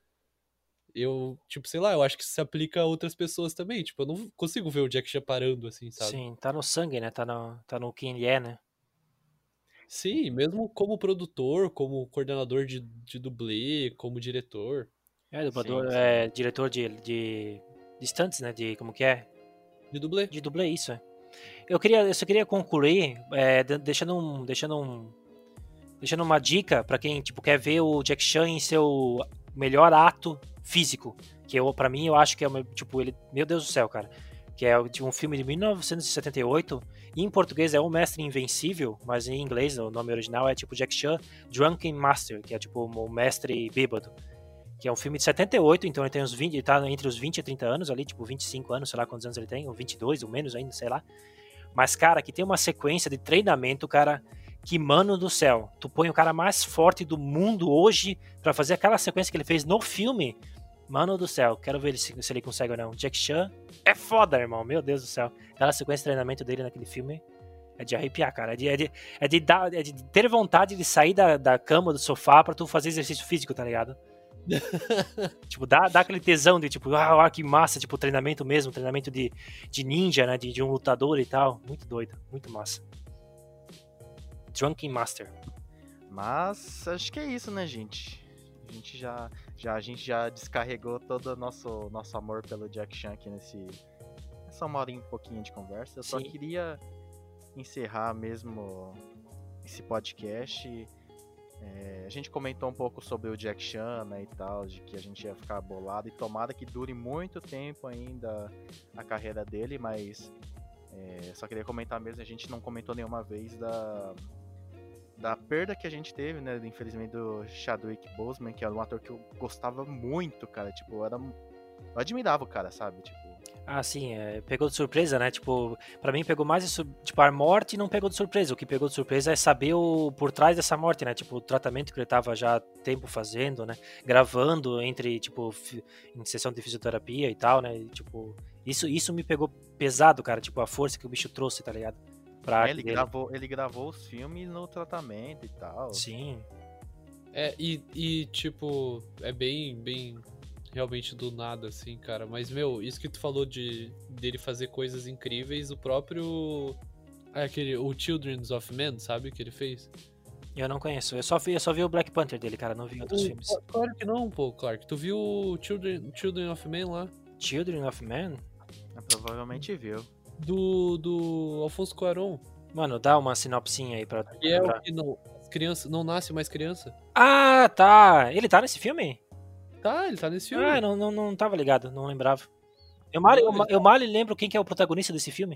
Eu, tipo, sei lá, eu acho que isso se aplica a outras pessoas também. Tipo, eu não consigo ver o Jack Chan parando, assim, sabe? Sim, tá no sangue, né? Tá no, tá no quem ele é, né? Sim, mesmo como produtor, como coordenador de, de dublê, como diretor. É, dublador, Sim, sim. é diretor de, de, de stunts, né? De, como que é? De dublê. De dublê, isso, é. Eu, queria, eu só queria concluir é, deixando, um, deixando, um, deixando uma dica pra quem tipo, quer ver o Jack Chan em seu melhor ato físico. Que eu, pra mim, eu acho que é tipo, ele. Meu Deus do céu, cara. Que é de um filme de mil novecentos e setenta e oito. E em português é O Mestre Invencível, mas em inglês o nome original é tipo Jack Chan Drunken Master, que é tipo o mestre bêbado. Que é um filme de setenta e oito, então ele tem uns vinte, ele tá entre os vinte e trinta anos ali, tipo vinte e cinco anos, sei lá quantos anos ele tem, ou vinte e dois, ou menos ainda, sei lá. Mas, cara, que tem uma sequência de treinamento, cara, que, mano do céu, tu põe o cara mais forte do mundo hoje pra fazer aquela sequência que ele fez no filme. Mano do céu, quero ver se, se ele consegue ou não. Jack Chan é foda, irmão, meu Deus do céu. Aquela sequência de treinamento dele naquele filme é de arrepiar, cara. É de, é de, é de, dar, é de ter vontade de sair da, da cama, do sofá pra tu fazer exercício físico, tá ligado? Tipo, dá, dá aquele tesão de tipo, ah, que massa, tipo, treinamento mesmo, treinamento de, de ninja, né, de, de um lutador e tal. Muito doido, muito massa. Drunken Master. Mas acho que é isso, né, gente? A gente já, já, a gente já descarregou todo o nosso, nosso amor pelo Jack Chan aqui nesse, nessa uma horinha e pouquinho de conversa. Eu Sim. só queria encerrar mesmo esse podcast. É, a gente comentou um pouco sobre o Jack Chan, né, e tal, de que a gente ia ficar bolado, e tomara que dure muito tempo ainda a carreira dele, mas é, só queria comentar mesmo, a gente não comentou nenhuma vez da, da perda que a gente teve, né, infelizmente, do Chadwick Boseman, que era um ator que eu gostava muito, cara, tipo, eu, era, eu admirava o cara, sabe, tipo... Ah, sim, é, pegou de surpresa, né? Tipo, pra mim pegou mais isso, tipo, a morte não pegou de surpresa. O que pegou de surpresa é saber o por trás dessa morte, né? Tipo, o tratamento que ele tava já há tempo fazendo, né? Gravando entre, tipo, fi, em sessão de fisioterapia e tal, né? E, tipo, isso, isso me pegou pesado, cara. Tipo, a força que o bicho trouxe, tá ligado? Pra é, ele, gravou, ele gravou os filmes no tratamento e tal. Sim. É, e, e tipo, é bem, bem... realmente do nada, assim, cara. Mas, meu, isso que tu falou de dele fazer coisas incríveis, o próprio... Ah, aquele, o Children of Men, sabe o que ele fez? Eu não conheço. Eu só vi, eu só vi o Black Panther dele, cara. Não vi outros o, filmes. Claro que não, pô, Clark. Tu viu o Children, Children of Men lá? Children of Men? Eu provavelmente viu. Do, do Alfonso Cuarón. Mano, dá uma sinopsinha aí pra... E é o que não... Criança, não nasce mais criança. Ah, tá. Ele tá nesse filme? Tá, ele tá nesse filme. Ah, não, não, não tava ligado, não lembrava. Eu mal, eu, eu mal lembro quem que é o protagonista desse filme.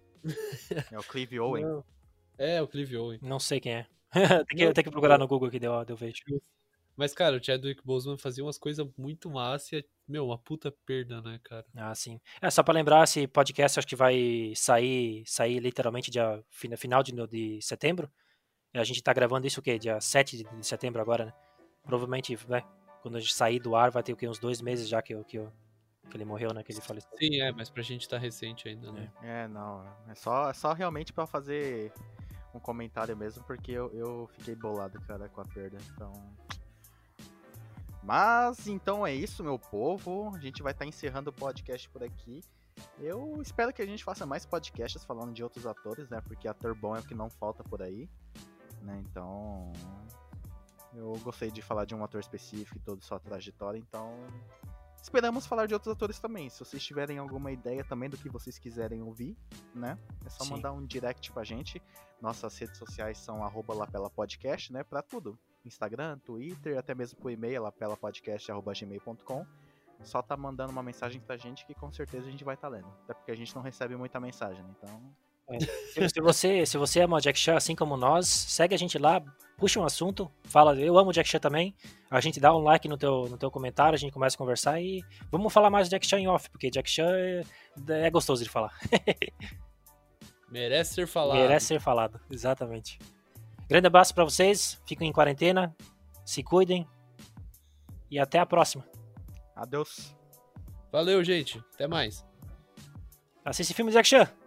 É o Clive Owen. Não. É, o Clive Owen. Não sei quem é. tem, que, tem que procurar no Google que deu, deu vejo. Mas, cara, o Chadwick Boseman fazia umas coisas muito massa e, meu, uma puta perda, né, cara? Ah, sim. É, só pra lembrar, esse podcast acho que vai sair, sair literalmente dia, final de, de setembro. A gente tá gravando isso o quê? Dia sete de setembro agora, né? Provavelmente, né? Quando a gente sair do ar, vai ter o quê? Uns dois meses já que, que, que ele morreu, né? Que ele faleceu. Sim, é, mas pra gente tá recente ainda, né? É, não. É só, é só realmente pra fazer um comentário mesmo, porque eu, eu fiquei bolado, cara, com a perda. Então. Mas, então é isso, meu povo. A gente vai estar tá encerrando o podcast por aqui. Eu espero que a gente faça mais podcasts falando de outros atores, né? Porque ator bom é o que não falta por aí, né? Então. Eu gostei de falar de um ator específico e toda sua trajetória, então esperamos falar de outros atores também. Se vocês tiverem alguma ideia também do que vocês quiserem ouvir, né? É só Sim. mandar um direct pra gente. Nossas redes sociais são arroba lapelapodcast, né? Pra tudo. Instagram, Twitter, até mesmo por e-mail, lapelapodcast arroba gmail ponto com. Só tá mandando uma mensagem pra gente que com certeza a gente vai estar tá lendo. Até porque a gente não recebe muita mensagem, então... É. Se, você, se você ama o Jack Chan assim como nós, segue a gente lá, puxa um assunto, fala, eu amo o Jack Chan também, a gente dá um like no teu, no teu comentário, a gente começa a conversar e vamos falar mais do Jack Chan em off, porque Jack Chan é, é gostoso de falar. Merece ser falado. Merece ser falado, exatamente. Grande abraço pra vocês, fiquem em quarentena, se cuidem e até a próxima. Adeus. Valeu, gente. Até mais. Assiste filme do Jack Chan.